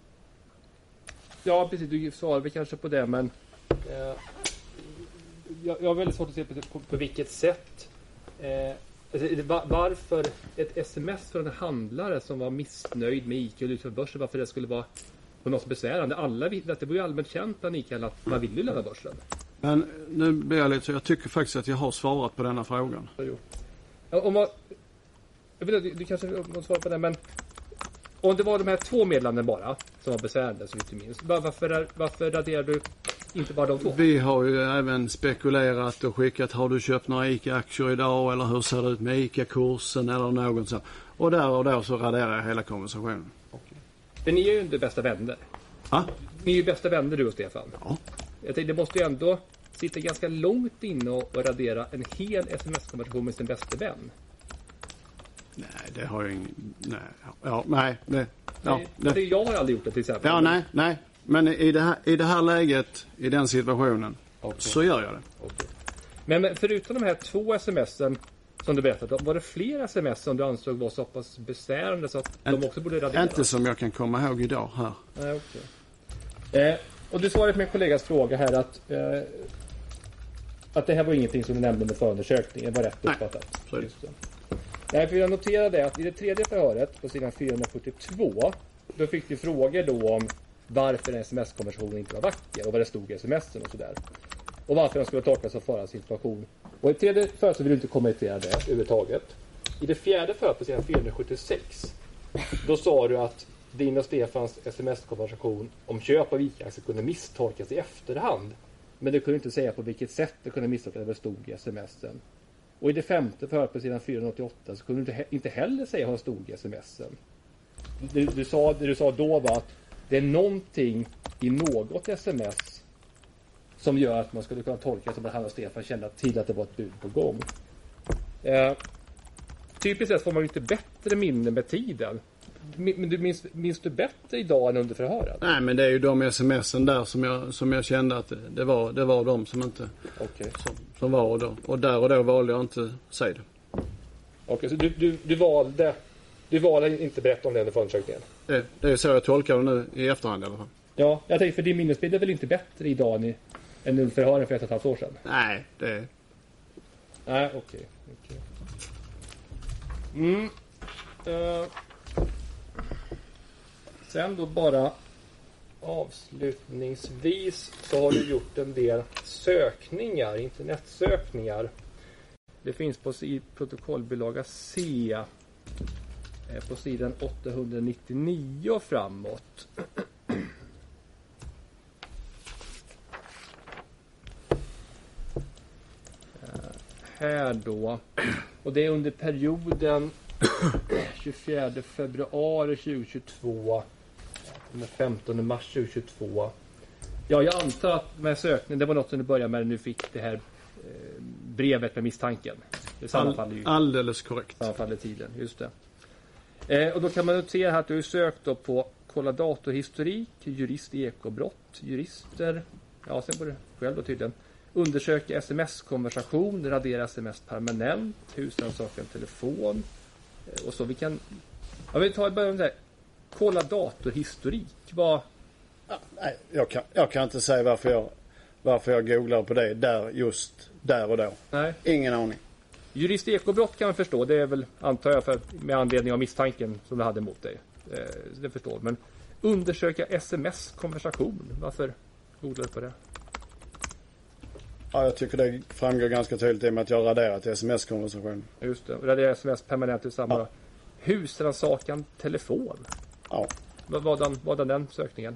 ja, precis, du svarade kanske på det, men eh, jag, jag har väldigt svårt att se på, på, på vilket sätt eh, alltså, var, varför ett sms från en handlare som var missnöjd med ICA och utanför börsen, varför det skulle vara på något besvärande. Alla vill, att det var ju allmänt känt bland ICA att man vill ju lämna börsen. Men nu blir jag lite så, jag tycker faktiskt att jag har svarat på denna frågan. Ja, om man, jag vet inte, du, du kanske måste svara på det, men om det var de här två medlemmarna bara som var besvärande så vitt du minns, varför, varför raderar du inte bara de två? Vi har ju även spekulerat och skickat, har du köpt några ICA-aktier idag eller hur ser det ut med ICA-kursen eller något sånt. Och där och där så raderar jag hela konversationen. Okay. Men ni är ju inte bästa vänner. Ha? Ni är ju bästa vänner du och Stefan. Ja. Jag tänkte, det måste ju ändå sitter ganska långt inne och, och radera en hel sms-konversation med sin bästa vän? Nej, det har jag ingen... Nej, ja, nej. Det, ja, nej, det. Det, jag har aldrig gjort det till exempel. Ja, nej, nej. Men i det här, i det här läget, i den situationen, okay. så gör jag det. Okay. Men, men förutom de här två smsen som du berättade, var det fler sms som du ansåg var så pass besvärande så att Ent, de också borde raderas? Inte som jag kan komma ihåg idag här. Nej, okay. eh, och du svarade på min kollegas fråga här att eh, att det här var ingenting som du nämnde med förundersökningen, var rätt uppfattat. Nej, just det. Nej, för jag noterade att i det tredje förhöret på sidan fyrahundrafyrtiotvå då fick du frågor då om varför en sms-konversation inte var vacker och vad det stod i sms'en och sådär. Och varför den skulle tolkas som förans situation. Och i tredje förhöret så vill du inte kommentera det överhuvudtaget. I det fjärde förhöret på sidan fyrahundrasjuttiosex då sa du att din och Stefans sms-konversation om köp av ICA-aktier kunde misstolkas i efterhand. Men du kunde inte säga på vilket sätt det kunde misstolkas det stod i sms'en. Och i det femte förhöret på sidan fyrahundraåttioåtta så kunde du inte, inte heller säga vad det stod i sms'en. Du, du sa, det du sa då var att det är någonting i något sms som gör att man skulle kunna tolka som att han och Stefan kände till att det var ett bud på gång. Eh, typiskt sett får man ju inte bättre minne med tiden. Men du minns, minns du bättre idag än under förhöret? Nej, men det är ju de sms'en där som jag, som jag kände att det, det, var, det var de som inte okay. som, som var och då. Och där och då valde jag inte säga det. Okej, okay, så du, du, du valde du valde inte berätta om det under förundersökningen? Det, det är så jag tolkar det nu i efterhand i alla fall. Ja, jag tänkte för din minnesbild är väl inte bättre idag än, än under förhören för ett och ett halvt år sedan? Nej, det... Nej, okej. Okay, okay. Mm. Uh. Sen då bara avslutningsvis så har du gjort en del sökningar, internetsökningar. Det finns på i protokollbilaga C på sidan åttahundranittionio och framåt. Här då. Och det är under perioden tjugofjärde februari tjugohundratjugotvå den femtonde mars tjugohundratjugotvå. Ja, jag antar att med sökningen, det var något som du började med när du fick det här eh, brevet med misstanken. Det sammanfaller ju. Alldeles korrekt. Sammanfaller tiden, just det. Eh, och då kan man notera här att du har sökt då på kolla datorhistorik, jurist i ekobrott, jurister, ja sen var det själv då tydligen. Undersöka sms-konversation, radera sms permanent, husrannsakan telefon. Eh, och så vi kan, jag vill ta i början där. Kolla datorhistorik. Vad... Ja, nej, jag kan, jag kan inte säga varför jag, varför jag googlar på det där just där och då. Nej. Ingen aning. Jurist i ekobrott kan man förstå. Det är väl, antar jag, för, med anledning av misstanken som du hade mot dig. Eh, det förstår. Men undersöka sms-konversation. Varför googlar du på det? Ja, jag tycker det framgår ganska tydligt i och med att jag har raderat sms-konversation. Just det. Radera sms permanent i samma. Ja. Husrannsakan telefon. Ja. Vadan, vadan den sökningen?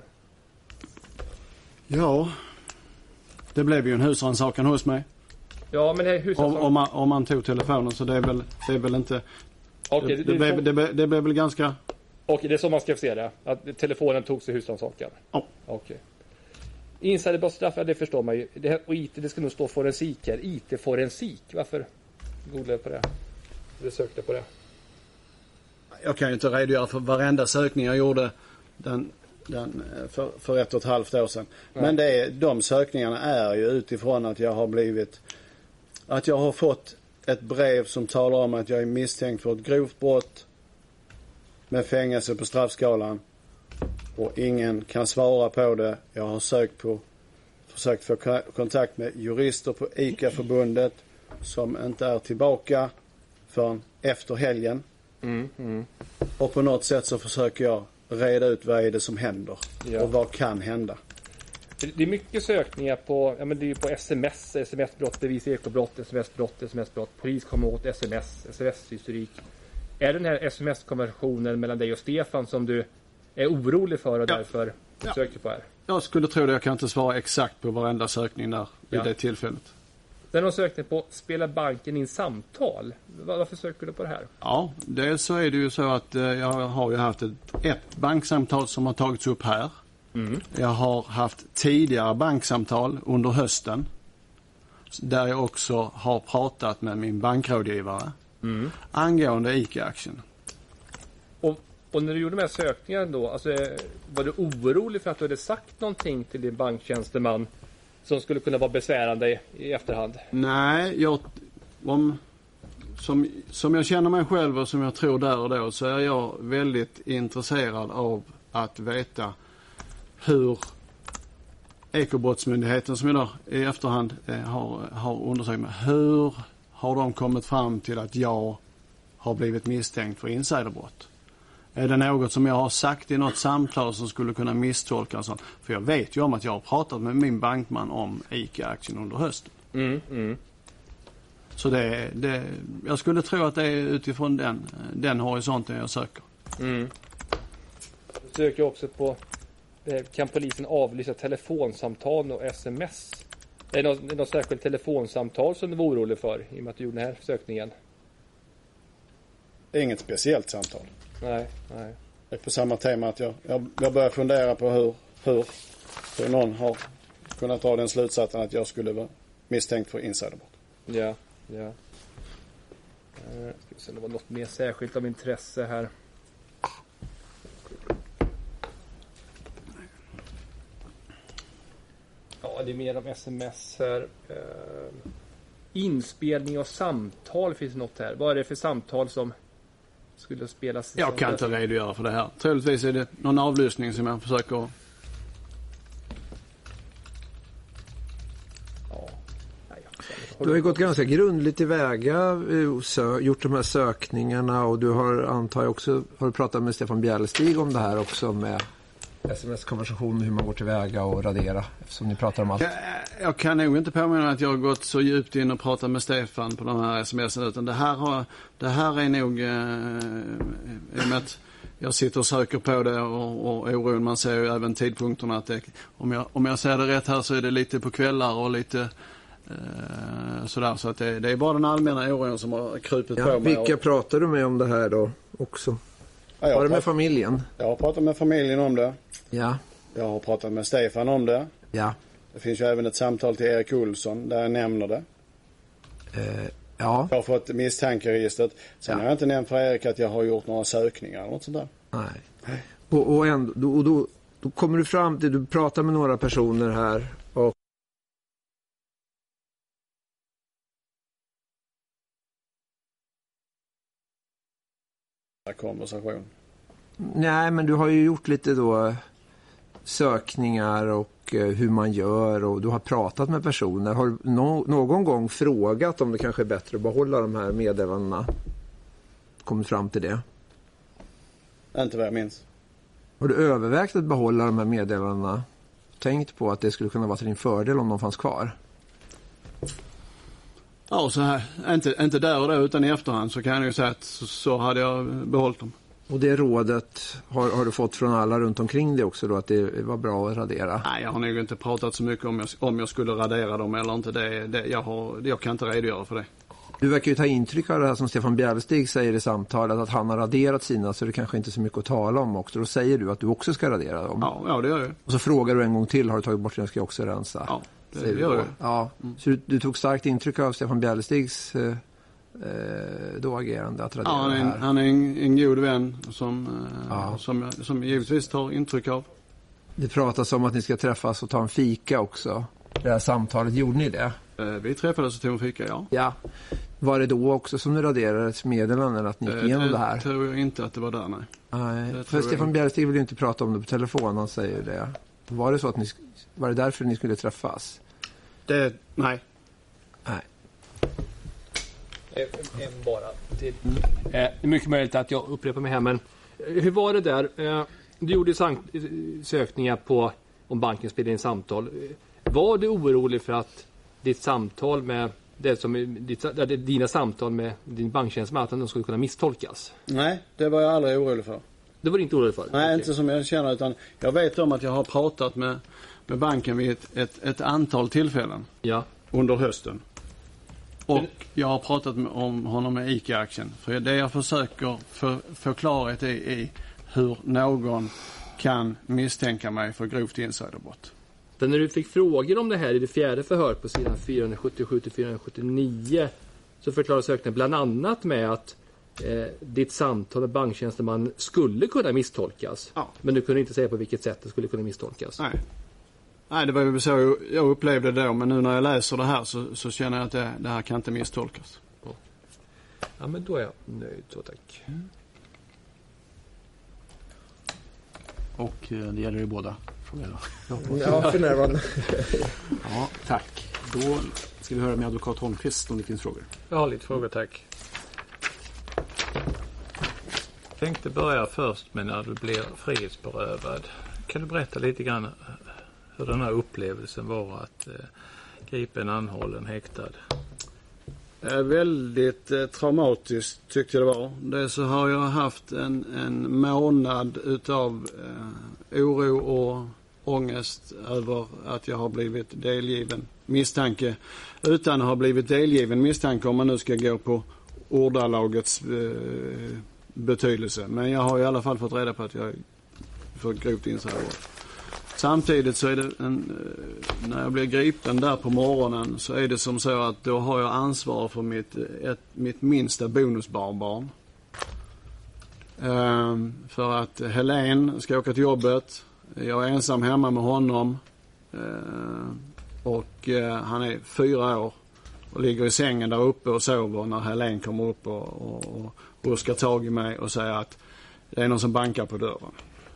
Ja, det blev ju en husrannsakan hos mig. Ja, men det är husrannsakan... Om, om, man, om man tog telefonen så det är väl, det är väl inte... Okej, det, det, det, blev, så... det, blev, det blev väl ganska... Okej, det är så man ska se det. Att telefonen togs i husrannsakan. Ja. Okej. Insiderbrottsstraff, ja, det förstår man ju. Det här, och I T, det ska nog stå forensik här. I T-forensik. Varför googlade jag på det? Du sökte på det. Jag kan ju inte redogöra för varenda sökning jag gjorde den, den, för, för ett och ett halvt år sedan. Nej. Men det är, de sökningarna är ju utifrån att jag har blivit att jag har fått ett brev som talar om att jag är misstänkt för ett grovt brott med fängelse på straffskalan och ingen kan svara på det. Jag har sökt på försökt få kontakt med jurister på ICA-förbundet som inte är tillbaka förrän efter helgen. Mm, mm. Och på något sätt så försöker jag reda ut vad är det som händer. Ja. Och vad kan hända. Det är mycket sökningar på, ja, men det är på sms, sms-brott, bevis ekobrott, sms-brott, sms-brott, polis kommer åt sms, sms-historik. Är den här sms-konversationen mellan dig och Stefan som du är orolig för och ja. därför ja. söker på här? Jag skulle tro det. Jag kan inte svara exakt på varenda sökning där vid ja. det tillfället. Den har sökt på spelar banken in samtal. Varför söker du på det här? Ja, dels så är det ju så att eh, jag har ju haft ett, ett banksamtal som har tagits upp här. Mm. Jag har haft tidigare banksamtal under hösten där jag också har pratat med min bankrådgivare mm. angående ICA-aktien. Och, och när du gjorde de här sökningarna då, alltså, var du orolig för att du hade sagt någonting till din banktjänsteman som skulle kunna vara besvärande i, i efterhand? Nej, jag, om, som, som jag känner mig själv och som jag tror där och då, så är jag väldigt intresserad av att veta hur Ekobrottsmyndigheten, som idag i efterhand eh, har, har undersökt mig, hur har de kommit fram till att jag har blivit misstänkt för insiderbrott? Är det något som jag har sagt i något samtal som skulle kunna misstolkas? För jag vet ju om att jag har pratat med min bankman om ICA-aktien under hösten. Mm, mm. Så det, det, jag skulle tro att det är utifrån den, den horisonten jag söker. Mm. Jag söker också på, kan polisen avlysa telefonsamtal och sms? Är det något, något särskilt telefonsamtal som du var orolig för i och med att du gjorde den här sökningen? Inget speciellt samtal. Nej, nej. Det är på samma tema att jag, jag, jag börjar fundera på hur, hur, hur någon har kunnat dra den slutsatsen att jag skulle vara misstänkt för insiderbrott. Ja, ja. Uh, ska vi se om det var något mer särskilt av intresse här. Ja, det är mer om sms här. Uh, inspelning och samtal finns något här. Vad är det för samtal som skulle spelas? Jag kan inte redogöra för det här. Troligtvis är det någon avlyssning som jag försöker. Ja. Nej, du har ju gått ganska grundligt tillväga, gjort de här sökningarna, och du har, antar jag också, har du pratat med Stefan Bjärlestig om det här också, med sms-konversation, hur man går tillväga och radera, eftersom ni pratar om allt. Jag, jag kan nog inte påminna att jag har gått så djupt in och pratat med Stefan på de här smsen, utan det här, har, det här är nog eh, i och med att jag sitter och söker på det, och, och oron, man ser ju även tidpunkterna att det, om, jag, om jag ser det rätt här så är det lite på kvällar och lite eh, sådär, så att det, det är bara den allmänna oron som har krupit ja, på mig. Vilka pratar du med om det här då också? Ja, Var det med pratat, familjen? Jag har pratat med familjen om det. Ja. Jag har pratat med Stefan om det. Ja. Det finns ju även ett samtal till Erik Olsson där jag nämner det. Eh, ja. Jag har fått misstankeregistret. Sen ja. har jag inte nämnt för Erik att jag har gjort några sökningar eller något sånt där. Nej. Nej. Och, och, ändå, då, och då, då kommer du fram till, du pratar med några personer här och konversation. Nej, men du har ju gjort lite då sökningar och eh, hur man gör, och du har pratat med personer. Har du no- någon gång frågat om det kanske är bättre att behålla de här meddelandena? Kommit fram till det? Inte vad jag minns. Har du övervägt att behålla de här meddelandena? Tänkt på att det skulle kunna vara till din fördel om de fanns kvar? Ja, så här, inte, inte där och då, utan i efterhand så kan jag ju säga att så, så hade jag behållit dem. Och det rådet har, har du fått från alla runt omkring det också då, att det var bra att radera? Nej, jag har nog inte pratat så mycket om jag, om jag skulle radera dem eller inte. Det, det, jag, har, jag kan inte redogöra för det. Du verkar ju ta intryck av det här som Stefan Bjärlestig säger i samtalet, att han har raderat sina, så det kanske inte är så mycket att tala om också. Då säger du att du också ska radera dem. Ja, ja det gör jag. Och så frågar du en gång till, har du tagit bort den, ska jag också rensa? Ja, det gör jag. Ja. Mm. Så du, du tog starkt intryck av Stefan Bjärlestigs eh, då agerande att radera ja, han är en, det här? han är en, en god vän som, eh, ja. som, som givetvis tar intryck av. Det pratas om att ni ska träffas och ta en fika också. Det här samtalet, gjorde ni det? Eh, vi träffades och tog en fika, ja. Ja. Var det då också som du raderade ett meddelande att ni gick igenom det, det här? Det tror jag inte att det var där, nej. Nej, för Stefan Bjärlestig vill ju inte prata om det på telefon, han säger det. Var det så att ni, var det därför ni skulle träffas? Det, nej. Nej. En bara till. Mm. Eh, det är mycket möjligt att jag upprepar mig här, men hur var det där? Eh, du gjorde sank- sökningar på om banken spelade in samtal. Var du orolig för att ditt samtal med det som ditt, dina samtal med din banktjänsteman, att de skulle kunna misstolkas? Nej, det var jag aldrig orolig för. Det var du inte orolig för? Nej, okay. Inte som jag känner, utan jag vet om att jag har pratat med, med banken vid ett, ett, ett antal tillfällen ja. under hösten. Och jag har pratat med, om honom med ICA-aktien. För det jag försöker för, få klarhet i, i hur någon kan misstänka mig för grovt insiderbrott. Sen när du fick frågor om det här i det fjärde förhöret på sidan fyrahundrasjuttiosju till fyrahundrasjuttionio så förklarar sökanden bland annat med att eh, ditt samtal med banktjänsteman skulle kunna misstolkas. Ja. Men du kunde inte säga på vilket sätt det skulle kunna misstolkas. Nej. Nej, det var ju så jag upplevde det då. Men nu när jag läser det här så, så känner jag att det, det här kan inte misstolkas. Ja, men då är jag nöjd. Så tack. Mm. Och eh, det gäller ju båda frågorna. Ja, för närvarande. Ja, tack. Då ska vi höra med advokat Holmqvist om det finns frågor. Jag har lite frågor, tack. Jag tänkte börja först med när du blev frihetsberövad. Kan du berätta lite grann hur den här upplevelsen var att eh, gripen, anhållen, häktad? Eh, väldigt eh, traumatiskt tyckte jag det var. Det så har jag haft en, en månad utav eh, oro och ångest över att jag har blivit delgiven misstanke utan att ha blivit delgiven misstanke, om man nu ska gå på ordalagets eh, betydelse. Men jag har i alla fall fått reda på att jag är för grovt insider. Samtidigt så är det en, när jag blir gripen där på morgonen så är det som så att då har jag ansvar för mitt, ett, mitt minsta bonusbarnbarn. Ehm, för att Helen ska åka till jobbet. Jag är ensam hemma med honom. Ehm, och eh, han är fyra år och ligger i sängen där uppe och sover när Helen kommer upp och, och, och ruskar tag i mig och säger att det är någon som bankar på dörren.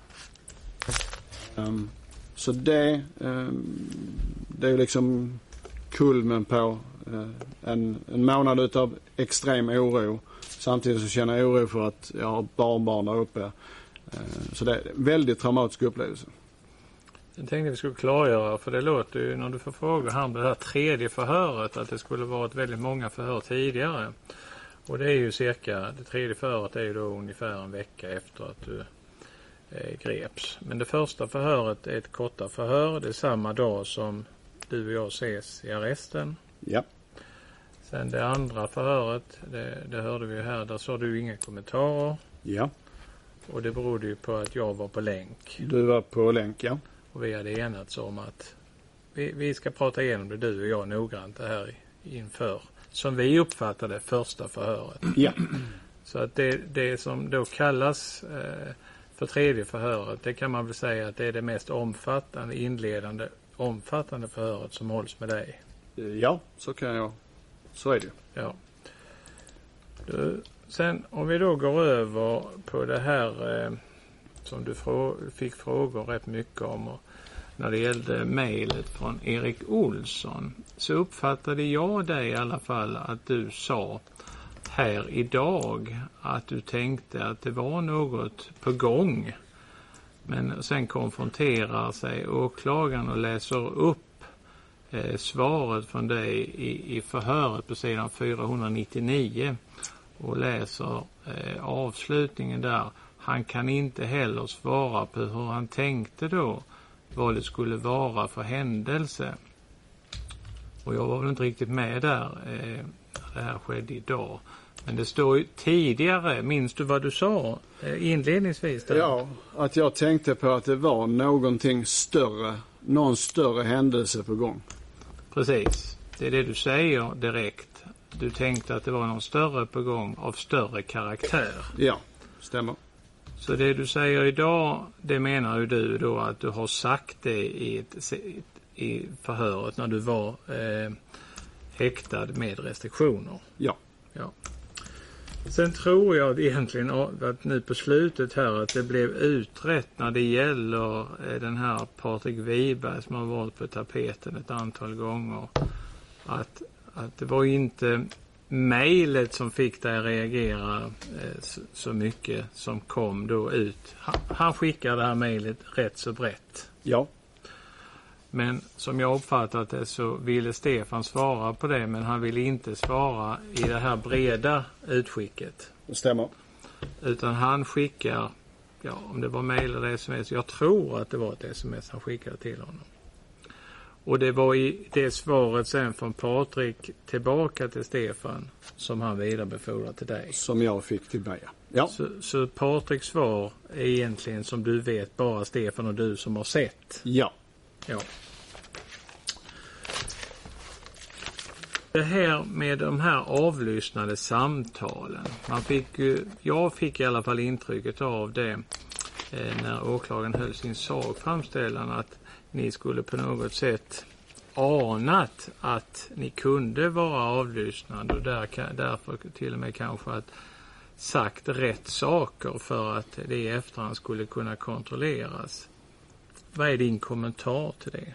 Um, så det, um, det är liksom kulmen på uh, en, en månad utav extrem oro. Samtidigt så känner jag oro för att jag har barnbarn där uppe. Uh, så det är en väldigt traumatisk upplevelse. Jag tänkte vi skulle klargöra, för det låter ju när du får fråga här om det här tredje förhöret att det skulle varit väldigt många förhör tidigare. Och det är ju cirka, det tredje förhöret är ju då ungefär en vecka efter att du eh, greps. Men det första förhöret är ett korta förhör, det är samma dag som du och jag ses i arresten. Ja. Sen det andra förhöret, det, det hörde vi ju här, där sa du inga kommentarer. Ja. Och det berodde ju på att jag var på länk. Du var på länk, ja. Och vi hade enats om att vi, vi ska prata igenom det, du och jag, noggrant det här inför, som vi uppfattade första förhöret. Ja. Så att det, det som då kallas eh, för tredje förhöret, det kan man väl säga att det är det mest omfattande, inledande, omfattande förhöret som hålls med dig. Ja, så kan jag. Så är det. Ja. Du, sen om vi då går över på det här eh, som du frå- fick frågor rätt mycket om, och när det gällde mejlet från Erik Olsson, så uppfattade jag dig i alla fall att du sa här idag att du tänkte att det var något på gång. Men sen konfronterar sig åklagaren och läser upp eh, svaret från dig i, i förhöret på sidan fyrahundranittionio och läser eh, avslutningen där. Han kan inte heller svara på hur han tänkte då, vad det skulle vara för händelse. Och jag var väl inte riktigt med där eh, det här skedde idag. Men det står ju tidigare, minns du vad du sa eh, inledningsvis där? Ja, att jag tänkte på att det var någonting större, någon större händelse på gång. Precis, det är det du säger direkt. Du tänkte att det var någon större på gång av större karaktär. Ja, stämmer. Så det du säger idag, det menar ju du då att du har sagt det i, ett, i förhöret när du var eh, häktad med restriktioner. Ja. Ja. Sen tror jag egentligen att nu på slutet här att det blev utrett när det gäller eh, den här Patrik Wiberg som har varit på tapeten ett antal gånger. Att, att det var inte mejlet som fick dig reagera eh, så, så mycket som kom då ut. Han, han skickade det här mejlet rätt så brett. Ja. Men som jag uppfattat det så ville Stefan svara på det, men han ville inte svara i det här breda utskicket. Det stämmer. Utan han skickar, ja om det var mejl eller sms, jag tror att det var ett sms han skickade till honom. Och det var i det svaret sen från Patrik tillbaka till Stefan som han vidarebefordrade till dig. Som jag fick till mig. Ja. Så, så Patriks svar är egentligen som du vet bara Stefan och du som har sett. Ja. Ja. Det här med de här avlyssnade samtalen. Man fick ju, jag fick i alla fall intrycket av det eh, när åklagaren höll sin sak framställan att ni skulle på något sätt anat att ni kunde vara avlyssnade och där, därför till och med kanske att sagt rätt saker för att det i efterhand skulle kunna kontrolleras. Vad är din kommentar till det?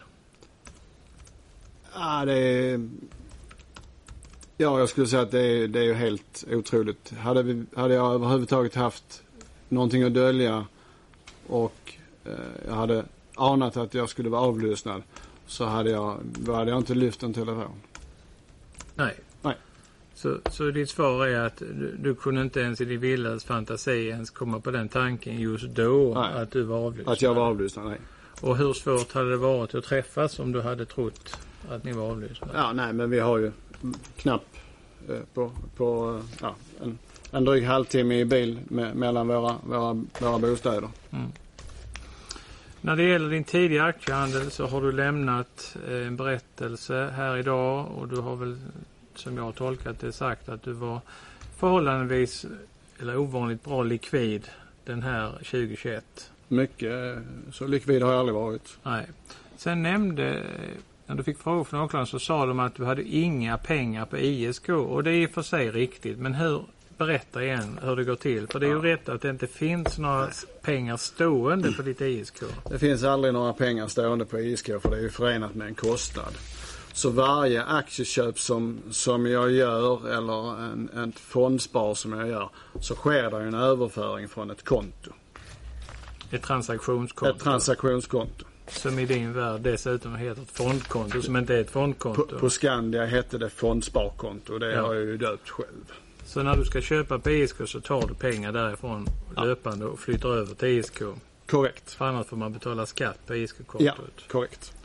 Ja, det är... Ja, jag skulle säga att det är, det är ju helt otroligt. Hade, vi, hade jag överhuvudtaget haft någonting att dölja och eh, jag hade anat att jag skulle vara avlyssnad så hade jag, då hade jag inte lyft en telefon. Nej. Nej. Så, så ditt svar är att du, du kunde inte ens i din vildas fantasi ens komma på den tanken just då nej. Att du var avlyssnad? Att jag var avlyssnad, nej. Och hur svårt hade det varit att träffas om du hade trott att ni var avlyssnade? Ja, nej, men vi har ju knapp eh, på, på ja, en, en dryg halvtimme i bil me, mellan våra, våra, våra bostäder. Mm. När det gäller din tidiga aktiehandel så har du lämnat en berättelse här idag och du har väl, som jag har tolkat det, sagt att du var förhållandevis eller ovanligt bra likvid den här tjugohundratjugoett. Mycket, så likvid har jag aldrig varit. Nej. Sen nämnde, när du fick frågor från åklagaren så sa de att du hade inga pengar på I S K och det är i och för sig riktigt, men hur, berätta igen hur det går till. För det är ju ja. rätt att det inte finns några pengar stående på ditt I S K. Det finns aldrig några pengar stående på I S K för det är ju förenat med en kostnad. Så varje aktieköp som, som jag gör eller en, en fondspar som jag gör så sker det en överföring från ett konto. Ett transaktionskonto. Ett transaktionskonto. Som i din värld dessutom heter ett fondkonto som inte är ett fondkonto. På, på Skandia hette det fondsparkonto och det ja. har jag ju döpt själv. Så när du ska köpa på I S K så tar du pengar därifrån ja. löpande och flyttar över till I S K? Korrekt. För annars får man betala skatt på I S K-kontot? Ja, korrekt.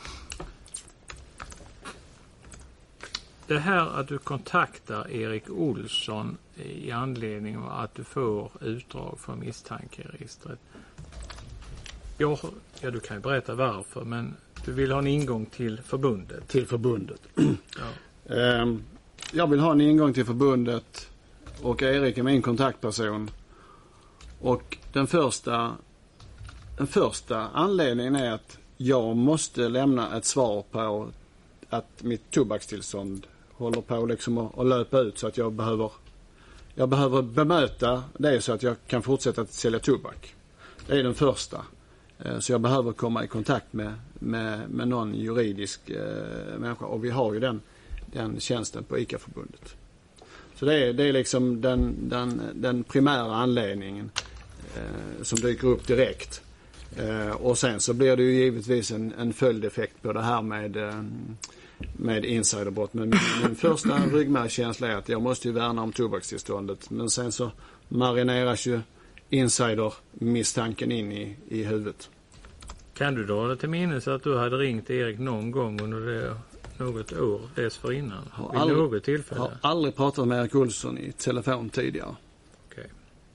Det här att du kontaktar Erik Olsson i anledning av att du får utdrag från misstankeregistret. Ja, ja, du kan ju berätta varför, men du vill ha en ingång till förbundet. Till förbundet. Ja. um, jag vill ha en ingång till förbundet och Erik är min kontaktperson. Och den första, den första anledningen är att jag måste lämna ett svar på att mitt tobakstillstånd håller på liksom att, att löpa ut så att jag behöver, jag behöver bemöta det så att jag kan fortsätta att sälja tobak. Det är den första. Så jag behöver komma i kontakt med, med, med någon juridisk eh, människa och vi har ju den, den tjänsten på ICA-förbundet. Så det är, det är liksom den, den, den primära anledningen eh, som dyker upp direkt. Eh, och sen så blir det ju givetvis en, en följdeffekt på det här med, eh, med insiderbrott. Men min, min första ryggmärgskänsla är att jag måste ju värna om tobakstillståndet. Men sen så marineras ju insidermisstanken in i, i huvudet. Kan du dra det till minnes att du hade ringt Erik någon gång under det, något år dessförinnan? Har vid aldrig, något tillfälle? har aldrig pratat med Erik Olsson i telefon tidigare. Okej.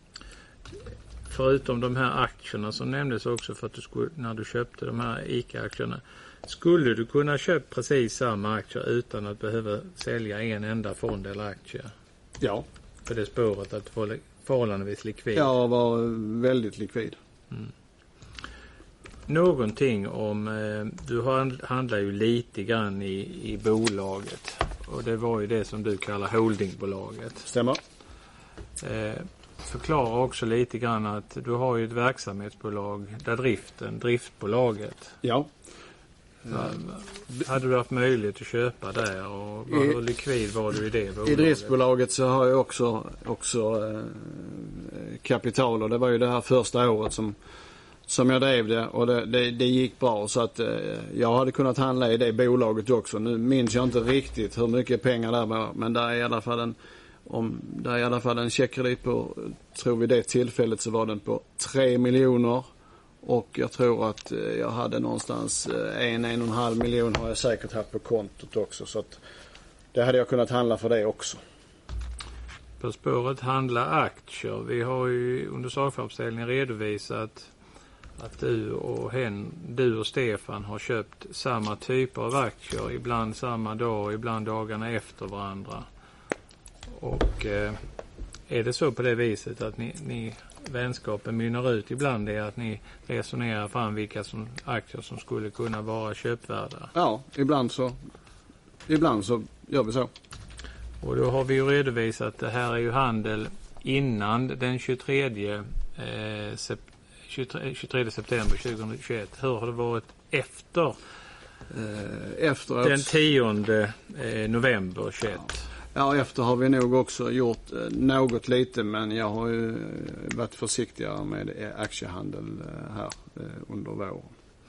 Förutom de här aktierna som nämndes också för att du skulle, när du köpte de här ICA-aktierna, skulle du kunna köpa precis samma aktier utan att behöva sälja en enda fond eller aktie? Ja. För det spåret att få förhållandevis likvid. Jag var väldigt likvid. Mm. Någonting om, eh, du handlar ju lite grann i, i bolaget. Och det var ju det som du kallar holdingbolaget. Stämmer. Eh, förklara också lite grann att du har ju ett verksamhetsbolag där driften, driftbolaget. Ja. Ja, hade du haft möjlighet att köpa där och hur likvid var du i det bolaget? I driftsbolaget så har jag också, också eh, kapital och det var ju det här första året som, som jag drev det och det, det, det gick bra så att eh, jag hade kunnat handla i det bolaget också. Nu minns jag inte riktigt hur mycket pengar där var men där är i alla fall en, om, där är i alla fall en checkkredit på, tror vi det tillfället så var den på tre miljoner. Och jag tror att jag hade någonstans en, en och en halv miljon har jag säkert haft på kontot också. Så att det hade jag kunnat handla för det också. På spåret handla aktier. Vi har ju under sakframställningen redovisat att du och, hen, du och Stefan har köpt samma typer av aktier, ibland samma dag, ibland dagarna efter varandra. Och eh, är det så på det viset att ni, ni vänskapen mynnar ut ibland är att ni resonerar fram vilka som, aktier som skulle kunna vara köpvärda? Ja, ibland så, ibland så gör vi så. Och då har vi ju redovisat att det här är ju handel innan den tjugotredje, eh, sep- tjugotredje, tjugotredje september tjugohundratjugoett. Hur har det varit efter eh, efteråt? Den tionde eh, november tjugoett? Ja, efter har vi nog också gjort eh, något lite, men jag har ju varit försiktigare med aktiehandel eh, här eh, under våren.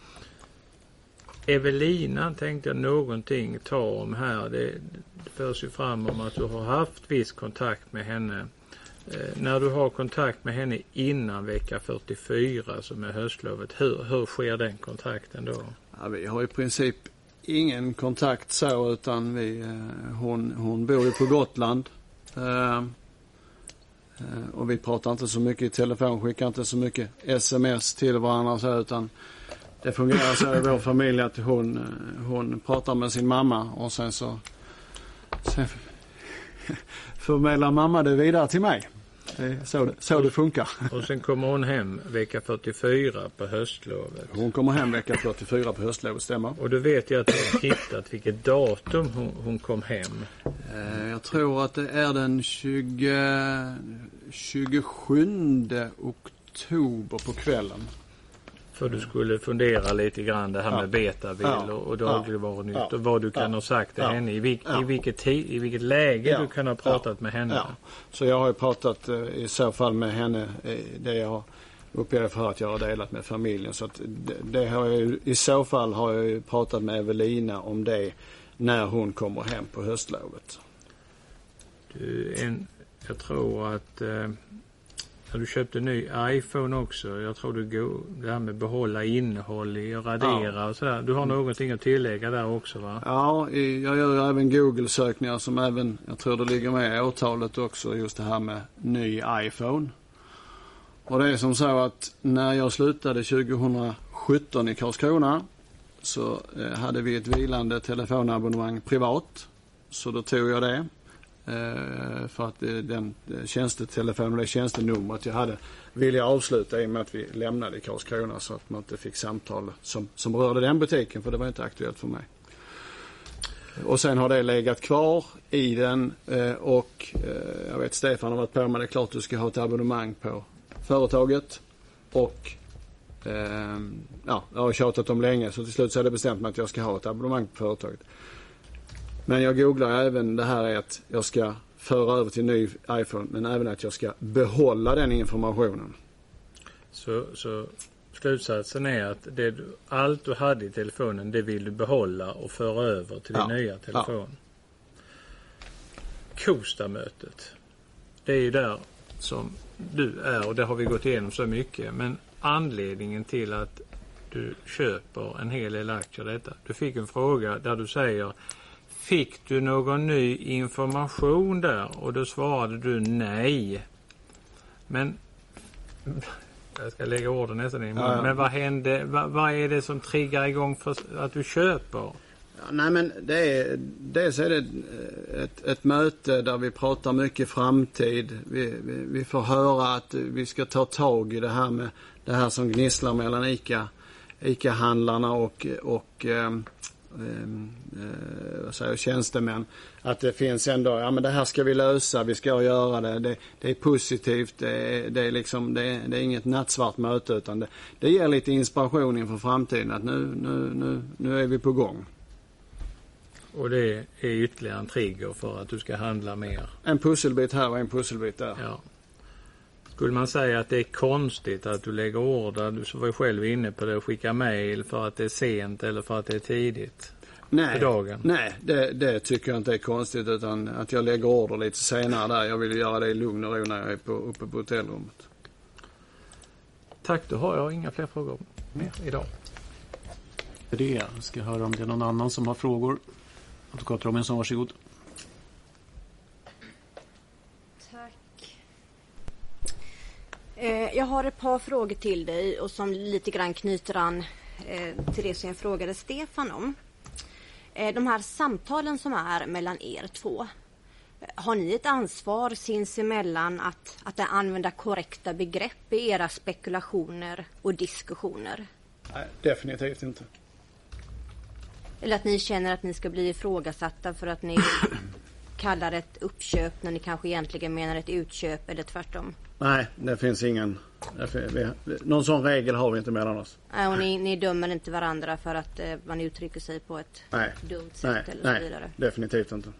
Evelina tänkte jag någonting ta om här. Det, det förs ju fram om att du har haft viss kontakt med henne. Eh, när du har kontakt med henne innan vecka fyrtiofyra som är höstlovet, hur, hur sker den kontakten då? Ja, vi har i princip ingen kontakt så, utan vi, eh, hon, hon bor ju på Gotland. Eh, eh, och vi pratar inte så mycket i telefon, skickar inte så mycket sms till varandra så, utan det fungerar så i vår familj att hon, hon pratar med sin mamma och sen så sen förmedlar mamma det vidare till mig. Det är så det, så det funkar. Och sen kommer hon hem vecka fyrtiofyra på höstlovet. Hon kommer hem vecka fyrtiofyra på höstlovet, stämmer. Och då vet jag att du har hittat vilket datum hon, hon kom hem. Eh, jag tror att det är den tjugo, tjugosjunde oktober på kvällen. För du skulle fundera lite grann det här ja. med betavill ja. och, och dagligvarunytt ja. och vad du kan ja. ha sagt till ja. henne, i, vilk, ja. i, vilket ti, i vilket läge ja. du kan ha pratat ja. med henne. Ja. Så jag har ju pratat eh, i så fall med henne, eh, det jag uppger för att jag har delat med familjen. Så att det, det har jag ju, i så fall har jag ju pratat med Evelina om det när hon kommer hem på höstlovet. Du, en, jag tror att eh, du köpte en ny iPhone också. Jag tror du går det här med behålla innehåll i och radera ja. och sådär. Du har någonting att tillägga där också, va? Ja, jag gör ju även Google-sökningar som även, jag tror det ligger med i åtalet också, just det här med ny iPhone. Och det är som så att när jag slutade tjugosjutton i Karlskrona så eh, hade vi ett vilande telefonabonnemang privat. Så då tog jag det. Eh, för att eh, den tjänstetelefonen, det tjänstenumret jag hade, ville jag avsluta i och med att vi lämnade i Karlskrona, så att man inte fick samtal som, som rörde den butiken, för det var inte aktuellt för mig. Och sen har det legat kvar i den eh, och eh, jag vet Stefan har varit på med det, klart du ska ha ett abonnemang på företaget och eh, ja, jag har tjatat om länge, så till slut så är det bestämt mig att jag ska ha ett abonnemang på företaget. Men jag googlar även det här är att jag ska föra över till ny iPhone, men även att jag ska behålla den informationen. Så, så slutsatsen är att det, allt du hade i telefonen, det vill du behålla och föra över till din ja. nya telefon. Ja. Kosta-mötet. Det är ju där som du är, och det har vi gått igenom så mycket. Men anledningen till att du köper en hel del aktier detta. Du fick en fråga där du säger: fick du någon ny information där? Och då svarade du nej. Men jag ska lägga orden nästan i mun. Ja, ja. Men vad hände? Vad, vad är det som triggar igång för att du köper? Ja, nej, men det är, dels är det ett, ett möte där vi pratar mycket framtid. Vi, vi, vi får höra att vi ska ta tag i det här med det här som gnisslar mellan ICA, ICA-handlarna och, och um, um, uh, vad säger jag, tjänstemän. Att det finns ändå, ja men det här ska vi lösa, vi ska göra det. Det, det är positivt, det är, det är liksom, det är, det är inget nattsvart möte, utan det, det ger lite inspiration inför framtiden att nu, nu, nu, nu är vi på gång. Och det är ytterligare en trigger för att du ska handla mer. En pusselbit här och en pusselbit där. Ja. Skulle man säga att det är konstigt att du lägger order, du var ju själv inne på det, och skickar mejl för att det är sent eller för att det är tidigt nej, på dagen? Nej, det, det tycker jag inte är konstigt, utan att jag lägger order lite senare där. Jag vill göra det i lugn och ro när jag är på, uppe på hotellrummet. Tack, då har jag inga fler frågor mer idag. Det jag ska höra om det är någon annan som har frågor. Advokat Robinson, varsågod. Tack. Eh, jag har ett par frågor till dig och som lite grann knyter an eh, till det som jag frågade Stefan om. Eh, de här samtalen som är mellan er två. Har ni ett ansvar sinsemellan att, att använda korrekta begrepp i era spekulationer och diskussioner? Nej, definitivt inte. Eller att ni känner att ni ska bli ifrågasatta för att ni kallar ett uppköp när ni kanske egentligen menar ett utköp eller tvärtom? Nej, det finns ingen... Vi, någon sån regel har vi inte mellan oss. Nej, och ni, ni dömer inte varandra för att eh, man uttrycker sig på ett nej. dumt sätt nej, eller nej, så vidare? Definitivt inte.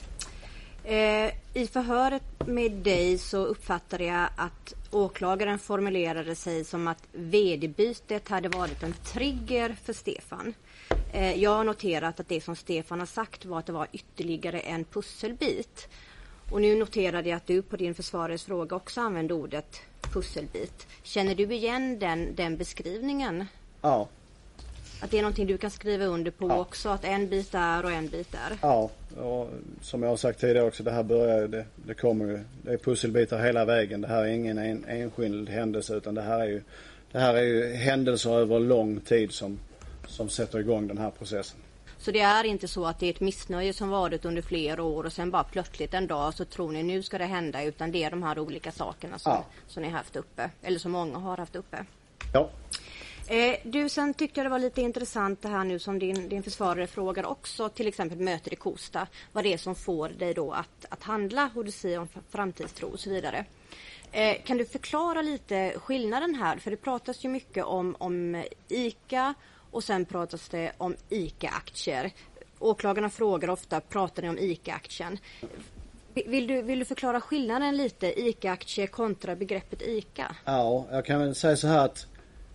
Eh, I förhöret med dig så uppfattade jag att åklagaren formulerade sig som att vd-bytet hade varit en trigger för Stefan. Eh, jag har noterat att det som Stefan har sagt var att det var ytterligare en pusselbit. Och nu noterade jag att du på din försvarares fråga också använde ordet pusselbit. Känner du igen den, den beskrivningen? Ja. Att det är någonting du kan skriva under på ja. också, att en bit där och en bit där? Ja, och som jag har sagt tidigare också, det här börjar, det, det kommer ju, det är pusselbitar hela vägen. Det här är ingen en, enskild händelse, utan det här är ju, det här är ju händelser över lång tid som, som sätter igång den här processen. Så det är inte så att det är ett missnöje som varit under flera år och sen bara plötsligt en dag så tror ni nu ska det hända, utan det är de här olika sakerna som, ja. som ni har haft uppe, eller som många har haft uppe? Ja. Eh, du, sen tyckte jag det var lite intressant det här nu som din, din försvarare frågar också, till exempel möter i Kosta, vad det är som får dig då att, att handla och du säger om framtidstro och så vidare. Eh, kan du förklara lite skillnaden här? För det pratas ju mycket om, om ICA och sen pratas det om ICA-aktier. Åklagarna frågar ofta, pratar ni om ICA-aktien? Vill du, vill du förklara skillnaden lite, ICA-aktier kontra begreppet ICA? Ja, jag kan väl säga så här att,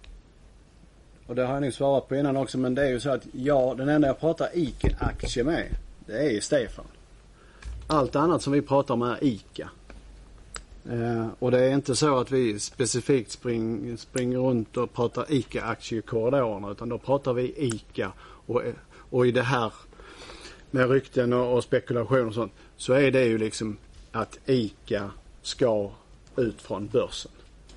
och det har jag nog svarat på innan också, men det är ju så att jag, den enda jag pratar ICA-aktier med, det är ju Stefan. Allt annat som vi pratar om är ICA. Eh, och det är inte så att vi specifikt spring, springer runt och pratar ICA-aktier i korridorerna, utan då pratar vi ICA. Och, och i det här med rykten och, och spekulation och sånt, så är det ju liksom att ICA ska ut från börsen.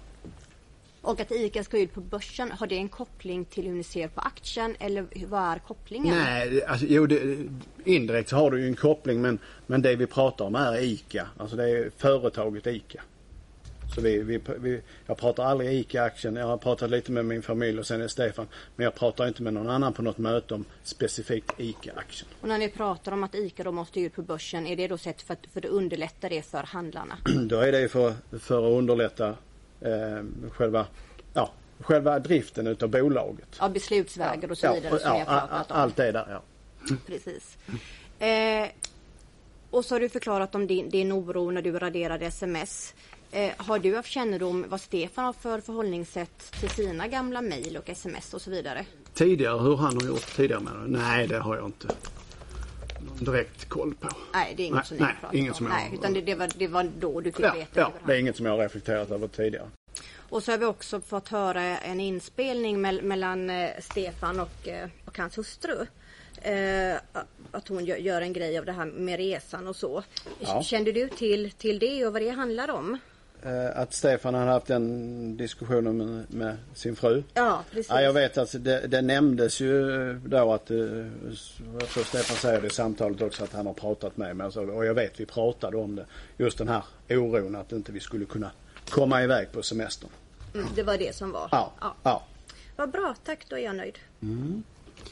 Och att ICA ska ut på börsen, har det en koppling till hur ni ser på aktien, eller vad är kopplingen? Nej, alltså, jo, det, indirekt så har du ju en koppling, men, men det vi pratar om är ICA. Alltså det är företaget ICA. Så vi, vi, vi, jag pratar aldrig ICA-aktien, jag har pratat lite med min familj och sen är det Stefan, men jag pratar inte med någon annan på något möte om specifikt ICA-aktien. Och när ni pratar om att ICA då måste ut på börsen, är det då sätt för att, för att underlätta det för handlarna? Då är det för, för att underlätta Eh, själva, ja, själva driften utav bolaget. Ja, beslutsvägar och så ja, vidare. Ja, som ja, jag pratat om. Allt det där, ja. Precis. Eh, och så har du förklarat om din, din oro när du raderade sms. Eh, har du haft kännedom vad Stefan har för förhållningssätt till sina gamla mejl och sms och så vidare? Tidigare, hur han har gjort tidigare med det? Nej, det har jag inte någon direkt koll på. Nej, det är inget nej, som ni nej, pratat inget om. som Nej, jag, utan det, det, var, det var då du fick ja, veta. Ja, det är inget som jag har reflekterat över tidigare. Och så har vi också fått höra en inspelning me- mellan eh, Stefan och, eh, och hans hustru. Eh, att hon gör, gör en grej av det här med resan och så. Ja. Kände du till, till det och vad det handlar om? Eh, att Stefan hade haft en diskussion med, med sin fru. Ja, precis. Ja, jag vet att det, det nämndes ju då att, jag tror Stefan säger det i samtalet också, att han har pratat med mig. Alltså, och jag vet vi pratade om det. Just den här oron att inte vi skulle kunna komma iväg på semestern. Mm, det var det som var. Ja. Ja. ja. Vad bra, tack, då är jag nöjd. Mm.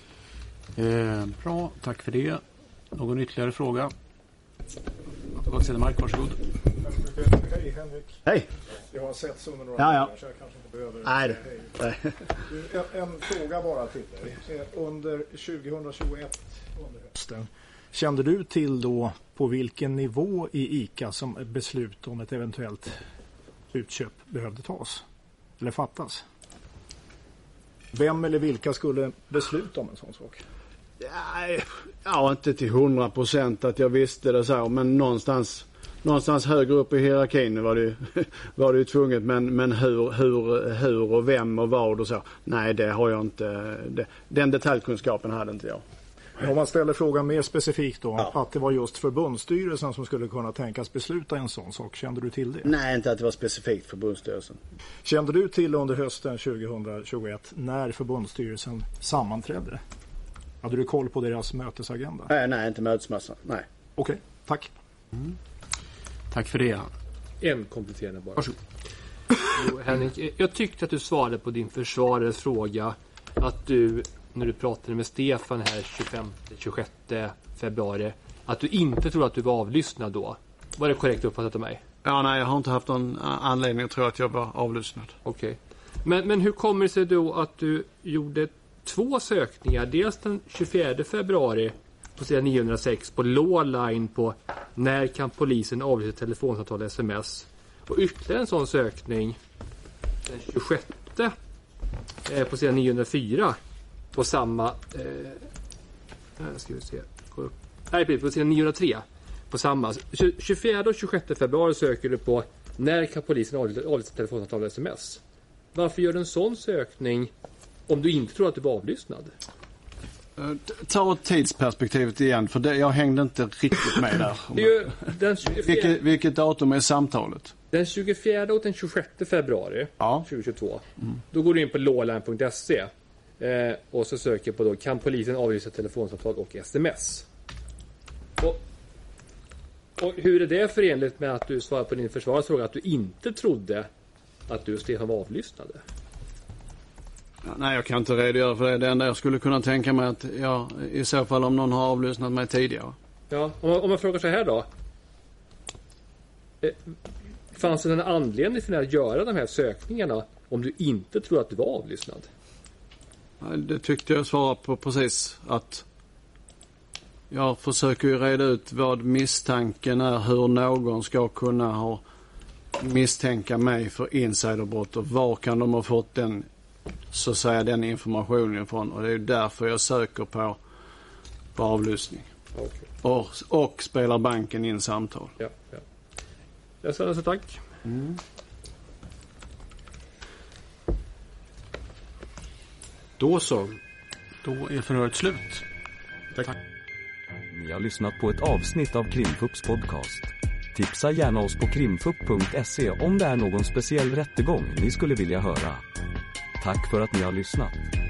Eh, bra, tack för det. Någon ytterligare fråga? Advokat Cedermark, varsågod. Hej Henrik. Hej. Jag har sett så under några ja, ja. år så jag kanske inte behöver... Nej, Nej. En, en fråga bara till dig. Under tjugohundratjugoett, under hösten, kände du till då på vilken nivå i ICA som ett beslut om ett eventuellt utköp behövde tas? Eller fattas? Vem eller vilka skulle besluta om en sån sak? Ja, ja inte till hundra procent att jag visste det så, men någonstans, någonstans högre upp i hierarkin var det, var det ju tvunget, men, men hur, hur, hur och vem och vad och så, nej det har jag inte, det, den detaljkunskapen hade inte jag. Om man ställer frågan mer specifikt då, Ja. att det var just förbundsstyrelsen som skulle kunna tänkas besluta en sån sak. Kände du till det? Nej, inte att det var specifikt förbundsstyrelsen. Kände du till under hösten tjugohundratjugoett när förbundsstyrelsen sammanträdde? Hade du koll på deras mötesagenda? Nej, nej, inte mötesmassa. Nej. Okej, tack. Mm. Tack för det. En kompletterande bara. Varsågod. Jo, Henrik, jag tyckte att du svarade på din försvarares fråga att du, när du pratade med Stefan här tjugofemte till tjugosjätte februari, att du inte tror att du var avlyssnad då. Var det korrekt uppfattat av mig? Ja, nej, jag har inte haft någon anledning att tro att jag var avlyssnad. Okej. Men, men hur kommer det sig då att du gjorde två sökningar? Dels den tjugofjärde februari på sidan niohundrasex på Lawline på när kan polisen avlyssna telefonsamtal och sms? Och ytterligare en sån sökning den tjugosjätte eh, på sidan niohundrafyra på samma eh, här ska vi se. Gå upp. Nej, på sidan niohundratre på samma tjugofjärde och tjugosjätte februari söker du på när kan polisen avlyssna telefonsamtal och sms? Varför gör du en sån sökning om du inte tror att du var avlyssnad? Ta tidsperspektivet igen, för det, jag hängde inte riktigt med där. Det är ju den tjugofjärde, vilket, vilket datum är samtalet? den tjugofjärde och den tjugosjätte februari Ja. tjugohundratjugotvå. Mm. Då går du in på lawline punkt se eh, och så söker på då kan polisen avlyssna telefonsamtal och sms. Och, och hur är det förenligt med att du svarar på din försvarares fråga att du inte trodde att du och Stefan var avlyssnade? Ja, nej, jag kan inte redogöra för det. Det enda jag skulle kunna tänka mig att jag, i så fall om någon har avlyssnat mig tidigare. Ja, om man, om man frågar så här då. Eh, fanns det en anledning för dig att göra de här sökningarna om du inte tror att du var avlyssnad? Ja, det tyckte jag svarade på precis, att jag försöker ju reda ut vad misstanken är, hur någon ska kunna ha misstänka mig för insiderbrott och var kan de ha fått den, så att säga, den informationen ifrån, och det är ju därför jag söker på, på avlyssning. Okay. Och, och spelar banken in samtal. Ja, ja. Jag säger så tack. Mm. Då så. Då är förhöret slut. Tack. Ni har lyssnat på ett avsnitt av Krimfupps podcast. Tipsa gärna oss på krimfupp punkt se om det är någon speciell rättegång ni skulle vilja höra. Tack för att ni har lyssnat.